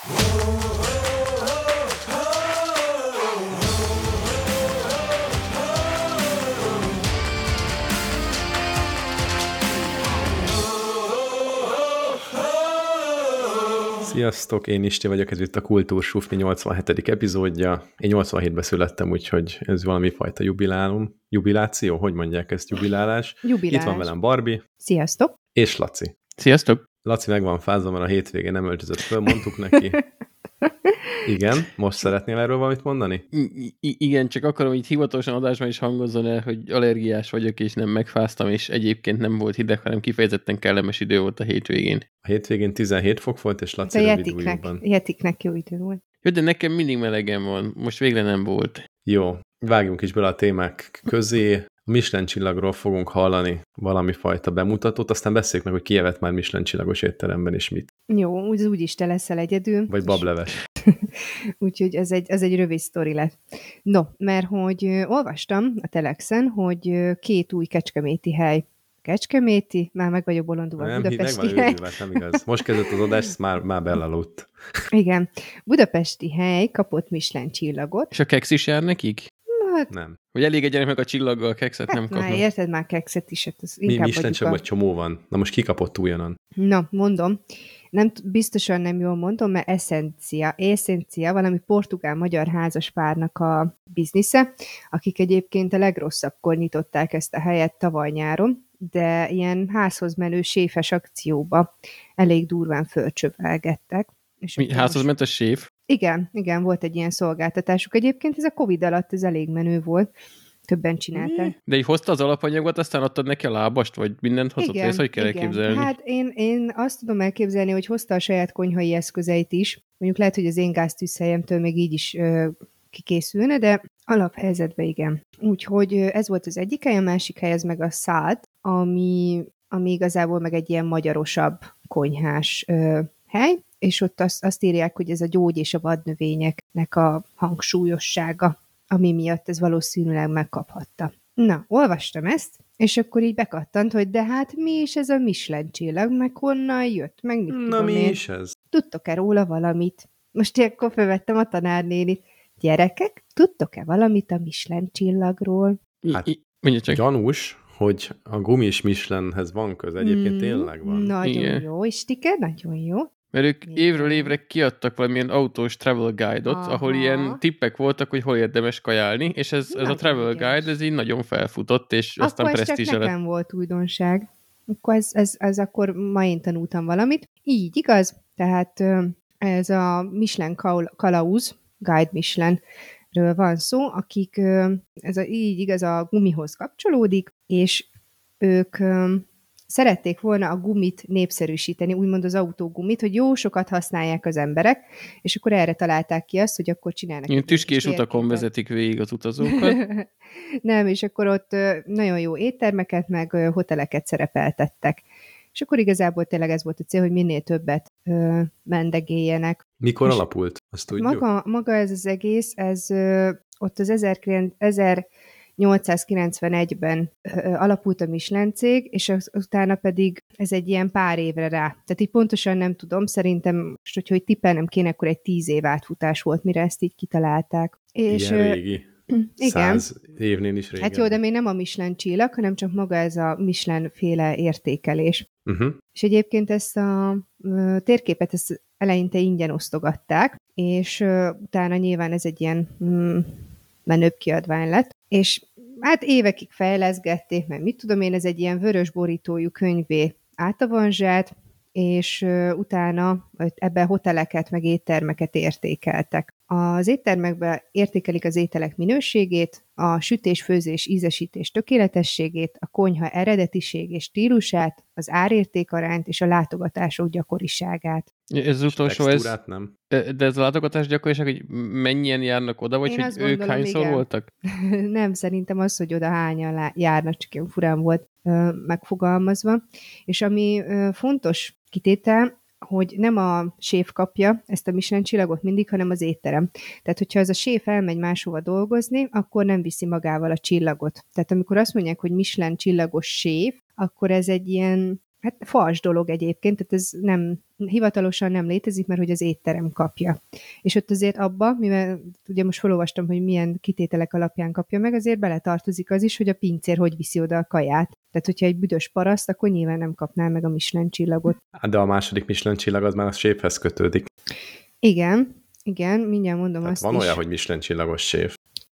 Sziasztok, én Isti vagyok, ez itt a Kultúrsufni 87. epizódja. Én 87-ben születtem, úgyhogy ez valami fajta jubiláció, hogy mondják ezt, jubilálás. Itt van velem Barbie. Sziasztok. És Laci. Sziasztok. Laci meg van fázva, mert a hétvégén nem öltözött föl, mondtuk neki. Igen, most szeretnél erről valamit mondani? Igen, csak akarom, hogy hivatalosan adásban is hangozzon el, hogy allergiás vagyok, és nem megfáztam, és egyébként nem volt hideg, hanem kifejezetten kellemes idő volt a hétvégén. A hétvégén 17 fok volt, és Laci rövid ujjúban. Jetiknek jó idő volt. Jó, de nekem mindig melegem van, most végre nem volt. Jó, vágjunk is bele a témák közé. A Michelin csillagról fogunk hallani valami fajta bemutatót, aztán beszéljük meg, hogy ki evett már Michelin csillagos étteremben, és mit. Jó, úgyis te leszel egyedül. Vagy bableves. Úgyhogy ez egy rövid sztori lett. No, mert hogy olvastam a Telexen, hogy 2 új kecskeméti hely. Kecskeméti? Már meg vagyok bolondulva. Budapesti hely. Nem igaz. Most kezdett az adás, már belaludt. Igen. Budapesti hely kapott Michelin csillagot. És a keksz is jár nekik? Hát, nem. Hogy elégedjenek meg a csillaggal, a kekszet nem kapnak. Már érted, már kekszet is. Hát Mi Michelin csillagban csomó van. Na most ki kapott újonnan? Na, mondom. Biztosan nem jól mondom, mert Essencia, valami portugál-magyar házaspárnak a biznisze, akik egyébként a legrosszabbkor nyitották ezt a helyet tavaly nyáron, de ilyen házhoz menő séfes akcióba elég durván fölcsövelgettek. Házhoz ment a séf? Igen, volt egy ilyen szolgáltatásuk. Egyébként ez a Covid alatt ez elég menő volt. Többen csinálták. De így hozta az alapanyagot, aztán adtad neki a lábast, vagy mindent hozott? Igen, ezt hogy kell elképzelni? Hát én azt tudom elképzelni, hogy hozta a saját konyhai eszközeit is. Mondjuk lehet, hogy az én gáztűzhelyemtől még így is kikészülne, de alaphelyzetben igen. Úgyhogy ez volt az egyik hely, a másik hely ez meg a Szád, ami igazából meg egy ilyen magyarosabb konyhás hely, és ott azt írják, hogy ez a gyógy és a vadnövényeknek a hangsúlyossága, ami miatt ez valószínűleg megkaphatta. Na, olvastam ezt, és akkor így bekattant, hogy de hát mi is ez a Michelin csillag, meg honnan jött, meg mit tudom mi én. is ez? Tudtok-e róla valamit? Most én akkor felvettem a tanárnénit. Gyerekek, tudtok-e valamit a Michelin csillagról? Hát gyanús, hogy a gumis Michelinhez van köze, egyébként tényleg van. Nagyon jó, Istike, nagyon jó. Mert ők évről évre kiadtak valamilyen autós travel guide-ot, ahol ilyen tippek voltak, hogy hol érdemes kajálni, és ez a travel guide, ez így nagyon felfutott, és aztán presztízse lett. Akkor ez csak nekem volt újdonság. Akkor ez akkor ma én tanultam valamit. Így igaz? Tehát ez a Michelin Kalauz, Guide Michelinről van szó, akik így igaz a gumihoz kapcsolódik, és ők szerették volna a gumit népszerűsíteni, úgymond az autógumit, hogy jó sokat használják az emberek, és akkor erre találták ki azt, hogy akkor csinálnak. Ilyen tüskés utakon vezetik végig az utazókat. Nem, és akkor ott nagyon jó éttermeket, meg hoteleket szerepeltettek. És akkor igazából tényleg ez volt a cél, hogy minél többet mendegéljenek. Mikor alapult? Azt tudjuk? Maga ez az egész, ez ott az 1891-ben alapult a Michelin cég, és utána pedig ez egy ilyen pár évre rá. Tehát így pontosan nem tudom, szerintem, hogy tippelnem kéne, akkor egy 10 év átfutás volt, mire ezt így kitalálták. És, ilyen régi. Igen. 100 évnél is régen. Hát jó, de még nem a Michelin csillag, hanem csak maga ez a Michelin féle értékelés. És egyébként ezt a térképet ezt eleinte ingyen osztogatták, és utána nyilván ez egy ilyen menőbb kiadvány lett, és hát évekig fejleszgették, mert mit tudom én, ez egy ilyen vörös borítójú könyvé átavanzsált, és utána ebben hoteleket, meg éttermeket értékeltek. Az éttermekben értékelik az ételek minőségét, a sütés, főzés, ízesítés tökéletességét, a konyha eredetiség és stílusát, az árértékarányt és a látogatások gyakoriságát. Ez az utolsó, nem? De ez a látogatás gyakoriság, hogy mennyien járnak oda, vagy én hogy ők hányszor igen. voltak? Nem, szerintem az, hogy oda hányan járnak, csak ilyen furán volt megfogalmazva. És ami fontos kitétel, hogy nem a séf kapja ezt a Michelin csillagot mindig, hanem az étterem. Tehát, hogyha az a séf elmegy máshova dolgozni, akkor nem viszi magával a csillagot. Tehát, amikor azt mondják, hogy Michelin csillagos séf, akkor ez egy ilyen, hát fals dolog egyébként, tehát ez nem, hivatalosan nem létezik, mert hogy az étterem kapja. És ott azért abba, mivel ugye most felolvastam, hogy milyen kitételek alapján kapja meg, azért beletartozik az is, hogy a pincér hogy viszi oda a kaját. Tehát, hogyha egy büdös paraszt, akkor nyilván nem kapná meg a Michelin csillagot. De a második Michelin csillag az már a séfhez kötődik. Igen, mindjárt mondom tehát azt van is. Olyan, hogy Michelin csillagos séf.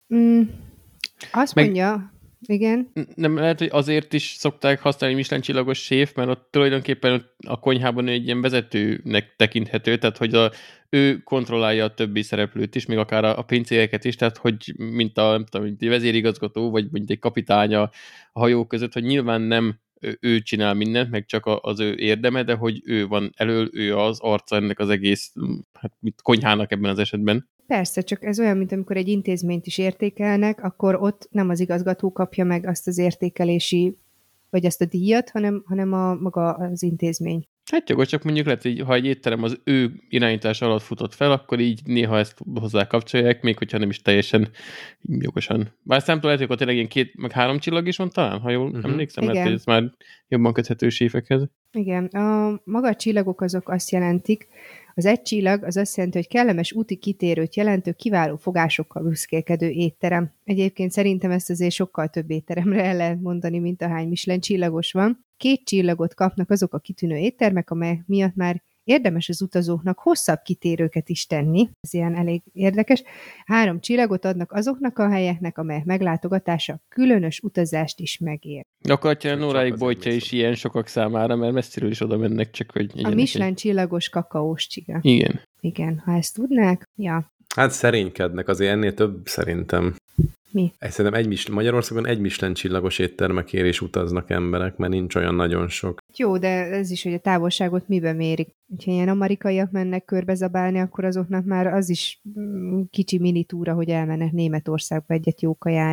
Azt mondja, igen. Nem lehet, hogy azért is szokták használni Michelin csillagos séf, mert ott tulajdonképpen a konyhában egy ilyen vezetőnek tekinthető, tehát hogy ő kontrollálja a többi szereplőt is, még akár a pincéreket is, tehát hogy mint egy vezérigazgató, vagy mint egy kapitány a hajó között, hogy nyilván nem ő csinál mindent, meg csak az ő érdeme, de hogy ő van elől, ő az arca ennek az egész konyhának ebben az esetben. Persze, csak ez olyan, mint amikor egy intézményt is értékelnek, akkor ott nem az igazgató kapja meg azt az értékelési, vagy azt a díjat, hanem maga az intézmény. Hát jogos, csak mondjuk lehet, hogy ha egy étterem az ő irányítás alatt futott fel, akkor így néha ezt hozzá kapcsolják, még hogyha nem is teljesen jogosan. Bár számítól lehet, hogy akkor tényleg ilyen 2 meg 3 csillag is van talán, ha jól emlékszem, lehet, hogy ez már jobban köthető séfekhez. Igen, maga a csillagok azok azt jelentik, az 1 csillag az azt jelenti, hogy kellemes úti kitérőt jelentő, kiváló fogásokkal büszkélkedő étterem. Egyébként szerintem ezt azért sokkal több étteremre el lehet mondani, mint ahány Michelin csillagos van. 2 csillagot kapnak azok a kitűnő éttermek, amelyek miatt már érdemes az utazóknak hosszabb kitérőket is tenni. Ez ilyen elég érdekes. 3 csillagot adnak azoknak a helyeknek, amelyek meglátogatása különös utazást is megér. Akkor a Nóráig bojtja is ilyen sokak számára, mert messziről is oda mennek, csak hogy... A Michelin csillagos kakaós csiga. Igen, ha ezt tudnák, ja. Hát szerénykednek, azért ennél több szerintem. Mi? Szerintem Magyarországon 1 Michelin csillagos éttermekért is utaznak emberek, mert nincs olyan nagyon sok. Jó, de ez is, hogy a távolságot miben mérik. Ha ilyen amerikaiak mennek körbezabálni, akkor azoknak már az is kicsi mini túra, hogy elmennek Németországba egyet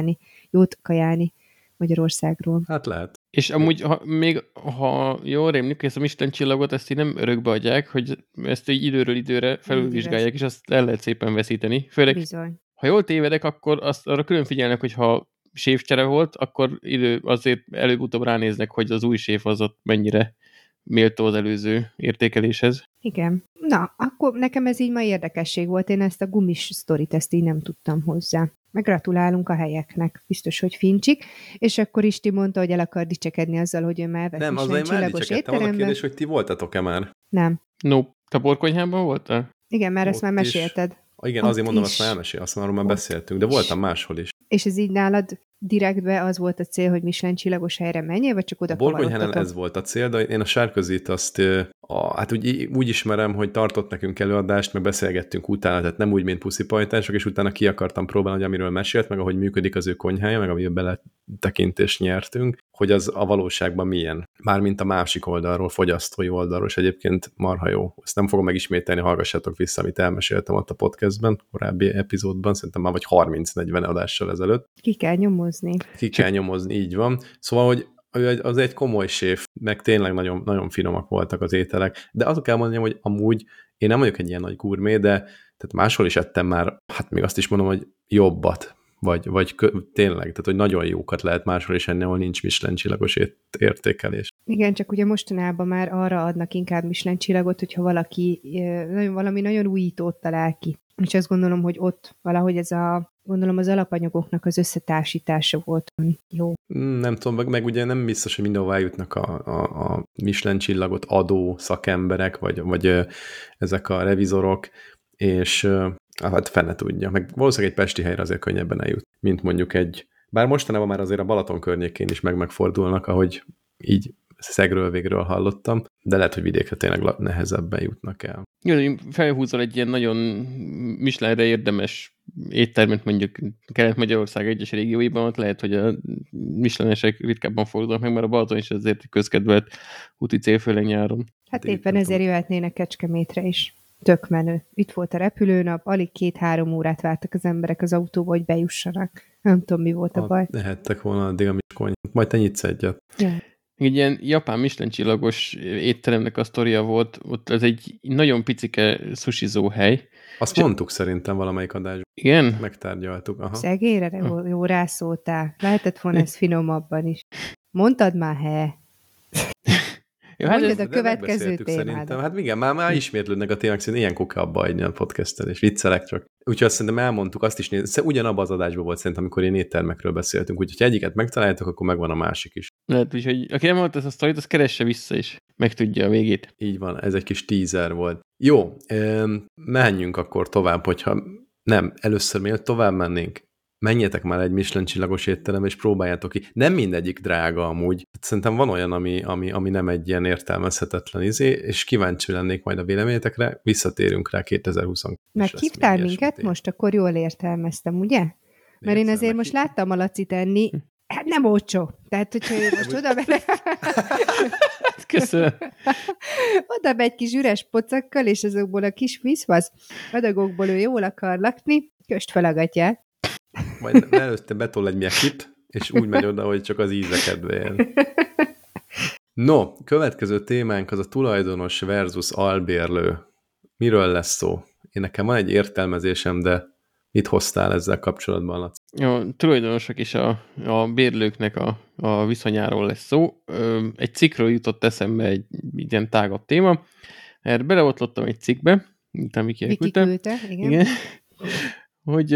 jót kajálni Magyarországról. Hát lehet. És amúgy, ha jól rémlik, ezt a Michelin csillagot ezt így nem örökbe adják, hogy ezt így időről időre felülvizsgálják, és azt el lehet szépen veszíteni. Főleg, bizony. Ha jól tévedek, akkor arra külön figyelnek, hogy ha séfcsere volt, akkor azért előbb-utóbb ránéznek, hogy az új séf az ott mennyire méltó az előző értékeléshez. Igen. Na, akkor nekem ez így ma érdekesség volt. Én ezt a gumis sztorit, ezt így nem tudtam hozzá. Meg gratulálunk a helyeknek. Biztos, hogy fincsik. És akkor Isti mondta, hogy el akar dicsekedni azzal, hogy ő már vett Michelin csillagos étteremben. Az a kérdés, hogy ti voltatok-e már? Nem. No, te borkonyhában voltál? Igen, mert ezt már mesélted. Igen, azért mondom, azt már elmesél, azt már beszéltünk, de voltam máshol is. És ez így nálad direktbe az volt a cél, hogy Michelin csillagos helyre menjél, vagy csak oda kavarodtatok? Borkonyhánál ez volt a cél, de én a Sárközit azt hát úgy ismerem, hogy tartott nekünk előadást, meg beszélgettünk utána, tehát nem úgy, mint puszipajtások, és utána ki akartam próbálni, hogy amiről mesélt, meg ahogy működik az ő konyhája, meg amiben beletekintést nyertünk, hogy az a valóságban milyen. Mármint a másik oldalról, fogyasztói oldalról, és egyébként marha jó. Ezt nem fogom megismételni, hallgassátok vissza, amit elmeséltem ott a podcastben, korábbi epizódban, szerintem már vagy 30-40 adással ezelőtt. Ki kell nyomozni. Ki kell nyomozni, így van. Szóval, hogy az egy komoly séf, meg tényleg nagyon, nagyon finomak voltak az ételek, de azt kell mondjam, hogy amúgy én nem vagyok egy ilyen nagy gurmé, de tehát máshol is ettem már, hát még azt is mondom, hogy jobbat, vagy tényleg, tehát hogy nagyon jókat lehet máshol is enni, ahol nincs Michelin csillagos értékelés. Igen, csak ugye mostanában már arra adnak inkább Michelin csillagot, hogyha valaki valami nagyon újítót talál ki. És azt gondolom, hogy ott valahogy ez gondolom az alapanyagoknak az összetársítása volt jó. Nem tudom, meg ugye nem biztos, hogy mindenhol eljutnak a Michelin csillagot adó szakemberek, vagy ezek a revizorok, és hát fene tudja. Meg valószínűleg egy pesti helyre azért könnyebben eljut, mint mondjuk bár mostanában már azért a Balaton környékén is megfordulnak, ahogy így szegről végről hallottam, de lehet, hogy vidékre tényleg nehezebben jutnak el. Jó, felhúzol egy ilyen nagyon Michelinre érdemes éttermet mondjuk Kelet-Magyarország egyes régióiban, ott lehet, hogy a Michelinesek ritkábban fordulnak meg, mert a Balaton is azért közkedvelt úti cél, főleg nyáron. Hát éppen ezért jöhetnének Kecskemétre is. Tök menő. Itt volt a repülőnap, alig 2-3 órát vártak az emberek az autóba, hogy bejussanak. Nem tudom, mi volt a baj. Lehettek volna addig a Miskony. Majd te nyitsz egyet. Ja. Egy ilyen japán Michelin csillagos étteremnek a sztoria volt, ott ez egy nagyon picike sushizó hely. Azt mondtuk szerintem valamelyik adásban. Igen? Megtárgyaltuk. Aha. Szegényre jó rászóltál. Lehetett volna ez finomabban is. Mondtad már, he. Mondjad a következő témádat. Hát igen, már ismétlődnek a témák, szerintem ilyenkor kell abba hagyni a podcastelés. Viccelek csak. Úgyhogy azt szerintem elmondtuk, azt is ugyanabban az adásban volt szerintem, amikor én éttermekről beszéltünk. Úgyhogy ha egyiket megtaláljátok, akkor megvan a másik is. Lehet, úgyhogy aki nem hallott ezt a sztorit, az keresse vissza is. Megtudja a végét. Így van, ez egy kis teaser volt. Jó, menjünk akkor tovább, hogyha nem, először mielőtt tovább mennénk, menjetek már egy Michelin csillagos étterembe, és próbáljátok ki. Nem mindegyik drága amúgy. Szerintem van olyan, ami nem egy ilyen értelmezhetetlen és kíváncsi lennék majd a véleményetekre. Visszatérünk rá 2020. Meghívtál minket most, akkor jól értelmeztem, ugye? Mert én azért most láttam a Lacit enni, hát nem olcsó. Tehát, hogyha most oda Köszönöm. Oda egy kis üres pocakkal, és azokból a kis viszvasz adagokból ő jól akar lakni, köst fel a gatyát. Majd előtte betol egy mekit, és úgy megy oda, hogy csak az íze kedvéért. No, következő témánk az a tulajdonos versus albérlő. Miről lesz szó? Én nekem van egy értelmezésem, de mit hoztál ezzel kapcsolatban, Laci? A tulajdonosok és a bérlőknek a viszonyáról lesz szó. Egy cikkről jutott eszembe egy ilyen tágabb téma. Erre beleotlottam egy cikkbe, mint Viki küldte, igen. Hogy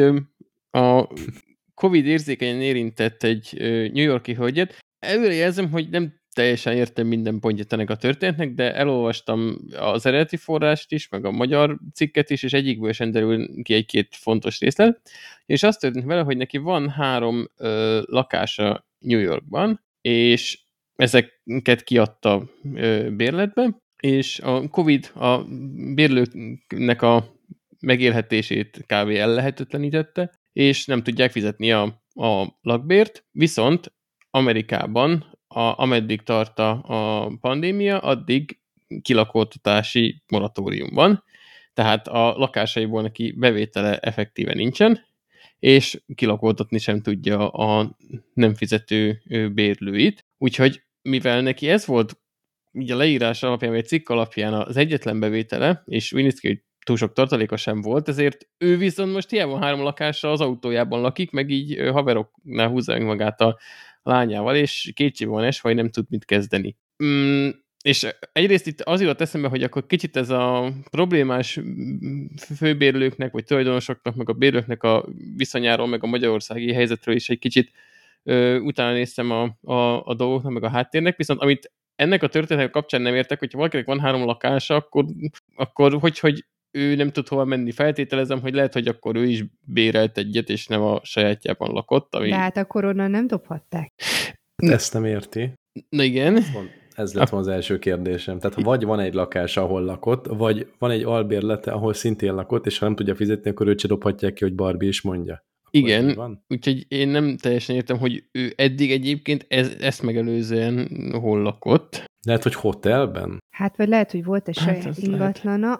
a Covid érzékenyen érintett egy New York-i hölgyet. Előrejelzem, hogy nem teljesen értem minden pontját ennek a történetnek, de elolvastam az eredeti forrást is, meg a magyar cikket is, és egyikből sem derül ki egy-két fontos részlet. És azt történt vele, hogy neki van 3 lakása New Yorkban, és ezeket kiadta bérletbe, és a Covid a bérlőknek a megélhetését kb. Ellehetetlenítette, és nem tudják fizetni a lakbért, viszont Amerikában, ameddig tart a pandémia, addig kilakódtatási moratórium van, tehát a lakásaiból neki bevétele effektíve nincsen, és kilakódtatni sem tudja a nem fizető bérlőit. Úgyhogy mivel neki ez volt így a leírás alapján, vagy a cikk alapján az egyetlen bevétele, és úgy néz ki, hogy túl sok tartaléka sem volt, ezért ő viszont most hiába 3 lakással az autójában lakik, meg így haveroknál húzza magát a lányával, és kétségbe van esve, hogy nem tud mit kezdeni. És egyrészt itt az jutott eszembe, hogy akkor kicsit ez a problémás főbérlőknek, vagy tulajdonosoknak, meg a bérlőknek a viszonyáról, meg a magyarországi helyzetről is egy kicsit utána néztem a dolgoknak, meg a háttérnek, viszont amit ennek a történetnek kapcsán nem értek, hogyha valakinek van 3 lakása, akkor hogy ő nem tud hova menni. Feltételezem, hogy lehet, hogy akkor ő is bérelt egyet, és nem a sajátjában lakott. De hát akkor onnan nem dobhatták. Ezt nem érti. Na igen. Ez lett volna az első kérdésem. Tehát vagy van egy lakás, ahol lakott, vagy van egy albérlete, ahol szintén lakott, és ha nem tudja fizetni, akkor őt se dobhatják ki, hogy Barbie is mondja. Igen, úgyhogy én nem teljesen értem, hogy ő eddig egyébként ezt megelőzően hol lakott. Lehet, hogy hotelben? Hát, vagy lehet, hogy volt egy saját ingatlana,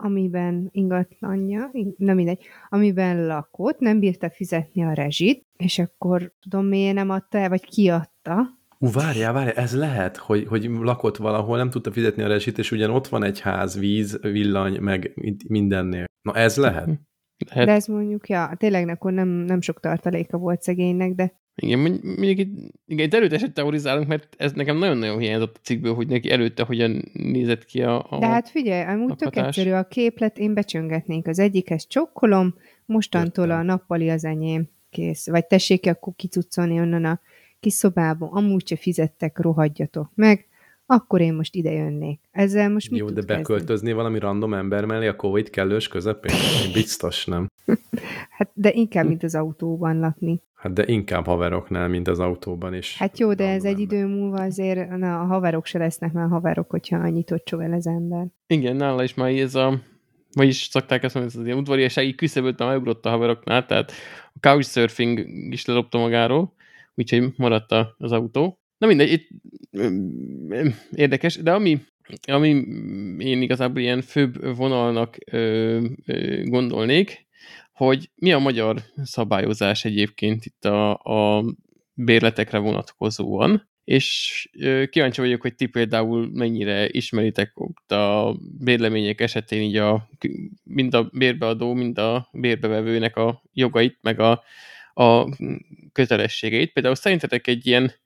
amiben lakott, nem bírta fizetni a rezsit, és akkor tudom, miért nem adta el, vagy kiadta. Várjál, ez lehet, hogy lakott valahol, nem tudta fizetni a rezsit, és ugyan ott van egy ház, víz, villany, meg mindennél. Na ez lehet. De ez mondjuk, tényleg akkor nem sok tartaléka volt szegénynek, de... Igen, mondjuk itt erőteset teorizálunk, mert ez nekem nagyon-nagyon hiányzott a cikkből, hogy neki előtte hogyan nézett ki a De hát figyelj, amúgy tök egyszerű a képlet, én becsöngetnénk az egyikhez csokkolom, mostantól a nappali az enyém, kész. Vagy tessék ki akkor kicuccolni onnan a kis szobában, amúgy se fizettek, rohadjatok meg, akkor én most ide jönnék. Ezzel most mit tud kezdeni? Beköltözni valami random ember mellé a Covid kellős közepén? Biztos nem. Hát de inkább, mint az autóban lakni. Hát de inkább haveroknál, mint az autóban is. Hát jó, de ez egy idő múlva azért a haverok se lesznek már haverok, hogyha annyit ocsovel az ember. Igen, nála is már ez vagyis szokták ezt mondani, ez az ilyen udvariasági küszöböt már megugrott a haveroknál, tehát a couchsurfing is lelopta magáról, úgyhogy maradt az autó. Na mindegy, itt érdekes, de ami én igazából ilyen főbb vonalnak gondolnék, hogy mi a magyar szabályozás egyébként itt a bérletekre vonatkozóan, és kíváncsi vagyok, hogy ti például mennyire ismeritek a bérlemények esetén így mind a bérbeadó, mind a bérbevevőnek a jogait, meg a kötelességeit. Például szerintetek egy ilyen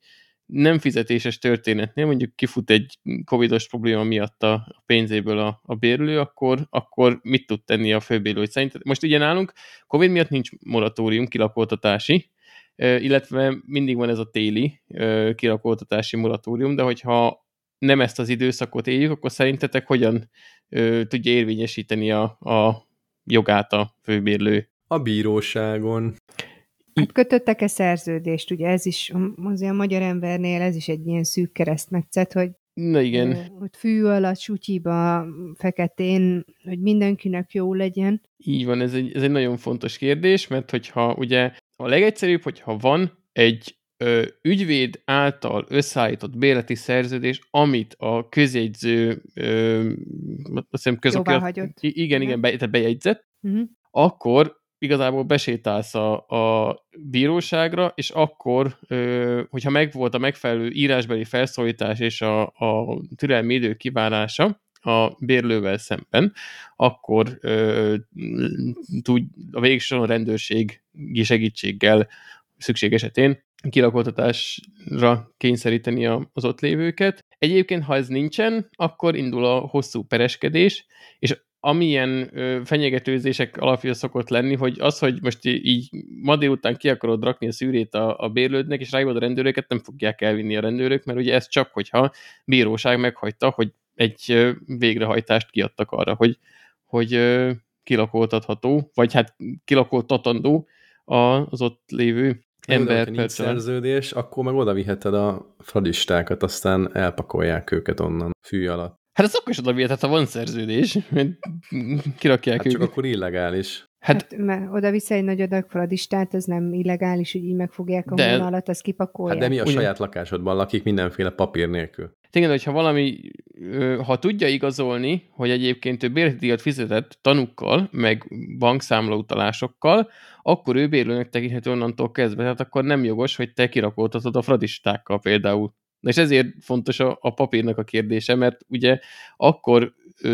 nem fizetéses történetnél, mondjuk kifut egy covidos probléma miatt a pénzéből a bérlő, akkor mit tud tenni a főbérlő? Szerinted most ugye nálunk covid miatt nincs moratórium kilakoltatási, illetve mindig van ez a téli kilakoltatási moratórium, de hogyha nem ezt az időszakot éljük, akkor szerintetek hogyan tudja érvényesíteni a jogát a főbérlő? A bíróságon. Hát kötöttek-e szerződést, ugye ez is azért a magyar embernél ez is egy ilyen szűk keresztmetszet, hogy na igen. Hogy fű alatt, sutyiba, feketén, hogy mindenkinek jó legyen. Így van, ez egy nagyon fontos kérdés, mert hogyha ugye a legegyszerűbb, hogyha van egy ügyvéd által összeállított bérleti szerződés, amit a közjegyző azt hiszem jóváhagyott. Igen, bejegyzett, akkor igazából besétálsz a bíróságra, és akkor, hogyha megvolt a megfelelő írásbeli felszólítás és a türelmi idő kivárása a bérlővel szemben, akkor tud a végsősorban rendőrségi segítséggel szükség esetén kilakoltatásra kényszeríteni az ott lévőket. Egyébként, ha ez nincsen, akkor indul a hosszú pereskedés, és amilyen fenyegetőzések alapja szokott lenni, hogy az, hogy most így ma délután ki akarod rakni a szűrét a bérlődnek, és rájövod a rendőröket, nem fogják elvinni a rendőrök, mert ugye ez csak, hogyha bíróság meghagyta, hogy egy végrehajtást kiadtak arra, hogy kilakoltatható, vagy hát kilakoltatandó az ott lévő ember. Nincs szerződés, akkor meg oda viheted a fradistákat, aztán elpakolják őket onnan fű alatt. Hát az akkor is oda viheted, ha van szerződés, kirakják hát őket. Csak akkor illegális. Hát oda vissza egy nagy adag fradistát, ez nem illegális, hogy így megfogják a hóna alatt, azt kipakolják. Hát de mi a saját lakásodban lakik mindenféle papír nélkül. Igen, hogyha valami, ha tudja igazolni, hogy egyébként ő bérleti díjat fizetett tanukkal, meg bankszámlautalásokkal, akkor ő bérlőnek tekinthető onnantól kezdve, tehát akkor nem jogos, hogy te kirakoltatod a fradistákkal például. És ezért fontos a papírnak a kérdése, mert ugye akkor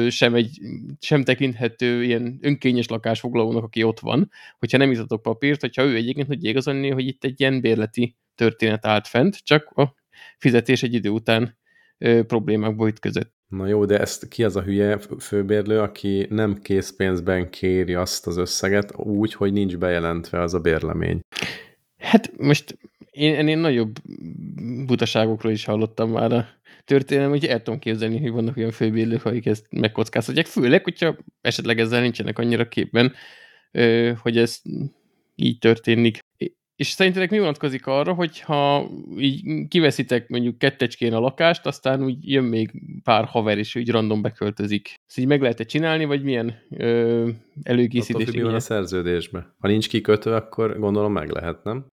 sem tekinthető ilyen önkényes lakásfoglalónak, aki ott van, hogyha nem izzatok papírt, hogyha ő egyébként tudja igazolni, hogy itt egy ilyen bérleti történet állt fent, csak a fizetés egy idő után problémákba ütközött. Na jó, de ezt ki az a hülye főbérlő, aki nem készpénzben kéri azt az összeget úgy, hogy nincs bejelentve az a bérlemény? Hát most én ennél nagyobb butaságokról is hallottam már a történelem, hogy el tudom képzelni, hogy vannak olyan főbérlők, akik ezt megkockáztatják, főleg, hogyha esetleg ezzel nincsenek annyira képben, hogy ez így történik. És szerintetek mi vonatkozik arra, hogyha így kiveszitek mondjuk kettecskén a lakást, aztán úgy jön még pár haver, és úgy random beköltözik. Ezt így meg lehet-e csinálni, vagy milyen előkészítés? Attól, mi van a szerződésben? Ha nincs kikötő, akkor gondolom meg lehet, nem?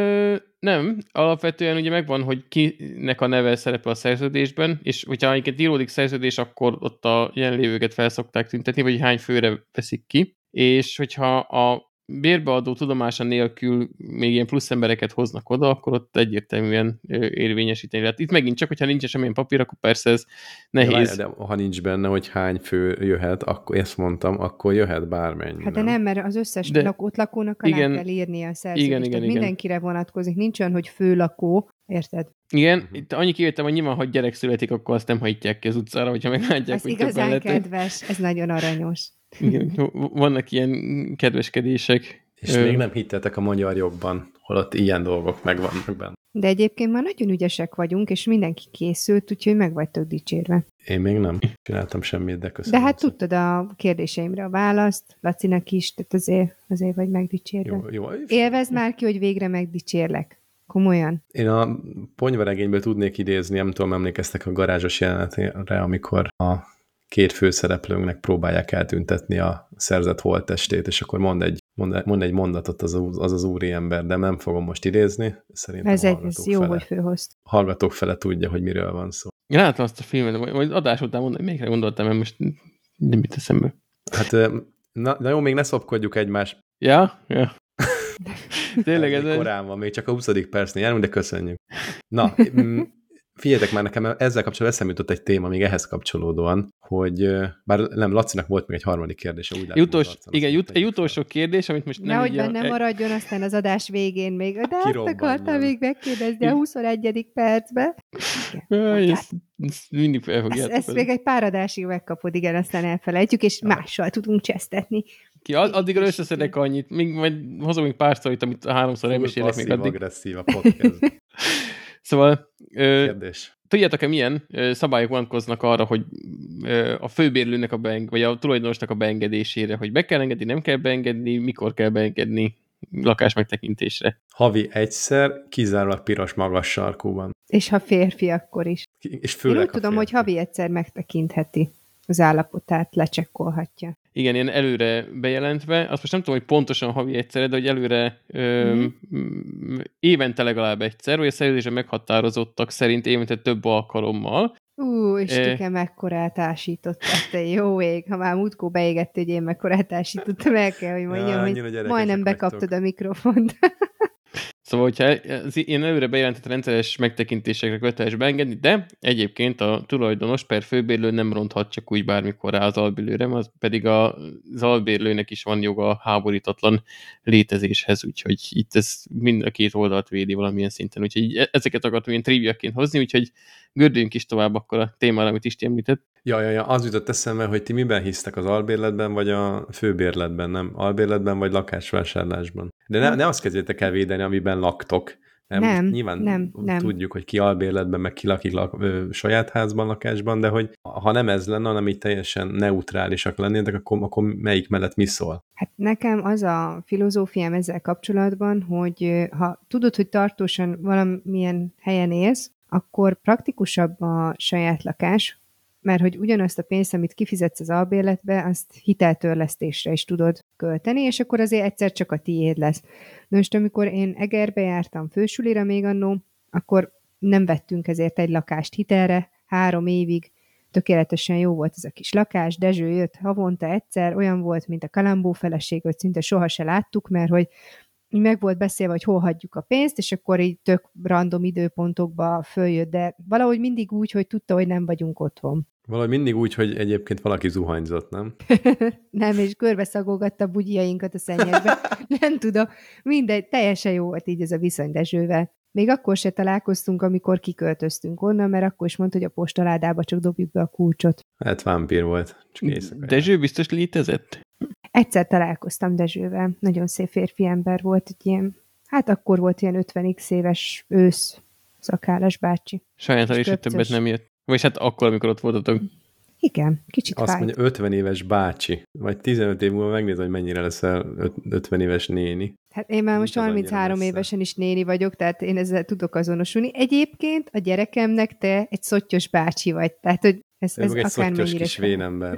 Nem. Alapvetően ugye megvan, hogy kinek a neve szerepel a szerződésben, és hogyha egyébként íródik szerződés, akkor ott a jelenlévőket fel szokták tüntetni, vagy hány főre veszik ki. És hogyha a bérbeadó tudomása nélkül még ilyen plusz embereket hoznak oda, akkor ott egyértelműen érvényesíteni lehet. Itt megint csak, hogyha nincs semmilyen papír, akkor persze ez nehéz. De ha nincs benne, hogy hány fő jöhet, akkor ezt mondtam, akkor jöhet bármennyi. Hát de nem, mert az összes ott lakónak alá kell írni a szerződést. Igen. Mindenkire vonatkozik. Nincs olyan, hogy főlakó, érted? Igen, itt annyi kivétel, hogy nyilván, ha gyerek születik, akkor azt nem hajtják ki az utcára, hogyha meglátják, hogy igazán kedves, ez nagyon aranyos. Igen, vannak ilyen kedveskedések. És még nem hittetek a magyar jogban, holott ilyen dolgok megvannak benne. De egyébként már nagyon ügyesek vagyunk, és mindenki készült, úgyhogy meg vagytok dicsérve. Én még nem csináltam semmit, de köszönöm. De hát tudtad a kérdéseimre a választ, Lacinak is, tehát azért vagy megdicsérve. Jó. Élvezd már ki, hogy végre megdicsérlek. Komolyan. Én a ponyvaregényből tudnék idézni, nem tudom, emlékeztek a garázsos jelenetére, amikor a két főszereplőnknek próbálják eltüntetni a szerzett holttestét, és akkor mond egy mondatot az úriember, de nem fogom most idézni. Szerintem ez jó, hogy főhozt. Hallgatók fele tudja, hogy miről van szó. Én láttam azt a filmet, majd adás után mondom, hogy melyikre gondoltam, mert most nem jut eszembe. Hát, na jó, még ne szopkodjuk egymást. Ja. Tényleg ez korán van, még csak a 20. percnél járunk, de köszönjük. Na, Figyeljetek már, nekem ezzel kapcsolatban eszembe jutott egy téma, még ehhez kapcsolódóan, hogy bár nem, Lacinak volt még egy harmadik kérdése. Úgy látom, egy utolsó kérdés, amit most nem... Nehogy benne maradjon aztán az adás végén még, de azt akartam még megkérdezni a 21. percben. Ezt mindig felfogjátok. Ezt még egy pár adásig megkapod, igen, aztán elfelejtjük, és mással tudunk csesztetni. Addigra összeszedek annyit, majd hozom még pár sztorit, amit 3-szor elmesélek még addig. Passzív-agresszív a podcast. Szóval, kérdés. Tudjátok-e, milyen szabályok vonatkoznak arra, hogy a főbérlőnek vagy a tulajdonosnak a beengedésére, hogy be kell engedni, nem kell beengedni, mikor kell beengedni lakás megtekintésre? Havi egyszer, kizárólag piros magas sarkúban. És ha férfi, akkor is. És főleg én úgy tudom, hogy havi egyszer megtekintheti az állapotát, lecsekkolhatja. Igen, ilyen előre bejelentve, azt most nem tudom, hogy pontosan havi egyszer, de hogy előre évente legalább egyszer, vagy a szerződésre meghatározottak szerint évente több alkalommal. És tüke mekkorát ásítottál, te jó ég. Ha már múltkor beégett, hogy én mekkorát ásítottam, el kell, hogy mondjam, hogy majdnem bekaptad a mikrofont. Szóval, hogyha ilyen előre bejelentett rendszeres megtekintésekre köteles beengedni, de egyébként a tulajdonos per főbérlő nem ronthat csak úgy bármikor rá az albérlőre, az pedig az albérlőnek is van joga a háborítatlan létezéshez, úgyhogy itt ez mind a két oldalt védi valamilyen szinten, úgyhogy ezeket akartam ilyen triviaként hozni, úgyhogy gördüljünk is tovább akkor a témára, amit Isti említett. Ja, az jutott eszembe, hogy ti miben hisztek, az albérletben vagy a főbérletben, nem? Albérletben vagy lakásvásárlásban. De ne azt kezdjétek el védeni, amiben laktok. Nem, nyilván nem. Tudjuk, hogy ki albérletben, meg ki lakik saját házban, lakásban, de hogy ha nem ez lenne, hanem így teljesen neutrálisak lennétek, akkor melyik mellett mi szól? Hát nekem az a filozófiám ezzel kapcsolatban, hogy ha tudod, hogy tartósan valamilyen helyen élsz, akkor praktikusabb a saját lakás, mert hogy ugyanazt a pénzt, amit kifizetsz az albérletbe, azt hiteltörlesztésre is tudod költeni, és akkor azért egyszer csak a tiéd lesz. Na most, amikor én Egerbe jártam fősulira még annó, akkor nem vettünk ezért egy lakást hitelre, 3 évig tökéletesen jó volt ez a kis lakás, Dezső jött havonta egyszer, olyan volt, mint a Kalambó feleség, hogy szinte soha se láttuk, mert hogy meg volt beszélve, hogy hol hagyjuk a pénzt, és akkor így tök random időpontokba följött, de valahogy mindig úgy, hogy tudta, hogy nem vagyunk otthon. Valahogy mindig úgy, hogy egyébként valaki zuhanyzott, nem? Nem, és körbeszagolgatta a bugyiainkat a szennyesbe. Nem tudom, mindegy, teljesen jó volt így ez a viszony Dezsővel. Még akkor se találkoztunk, amikor kiköltöztünk onnan, mert akkor is mondta, hogy a postaládába csak dobjuk be a kulcsot. Hát vámpír volt, csak éjszaka. Dezső biztos létezett? Egyszer találkoztam Dezsővel, nagyon szép férfi ember volt, egy ilyen, hát akkor volt ilyen 50x éves ősz szakállas bácsi. Sajnálom, és többet nem jött. Vagy hát akkor, amikor ott voltatok. Igen, kicsit azt fájt. Mondja, 50 éves bácsi, vagy 15 év múlva megnézem, hogy mennyire leszel 50 éves néni. Hát én már most 33 évesen is néni vagyok, tehát én ezzel tudok azonosulni. Egyébként a gyerekemnek te egy szottyos bácsi vagy, tehát hogy ez egy szottyos kis vénember.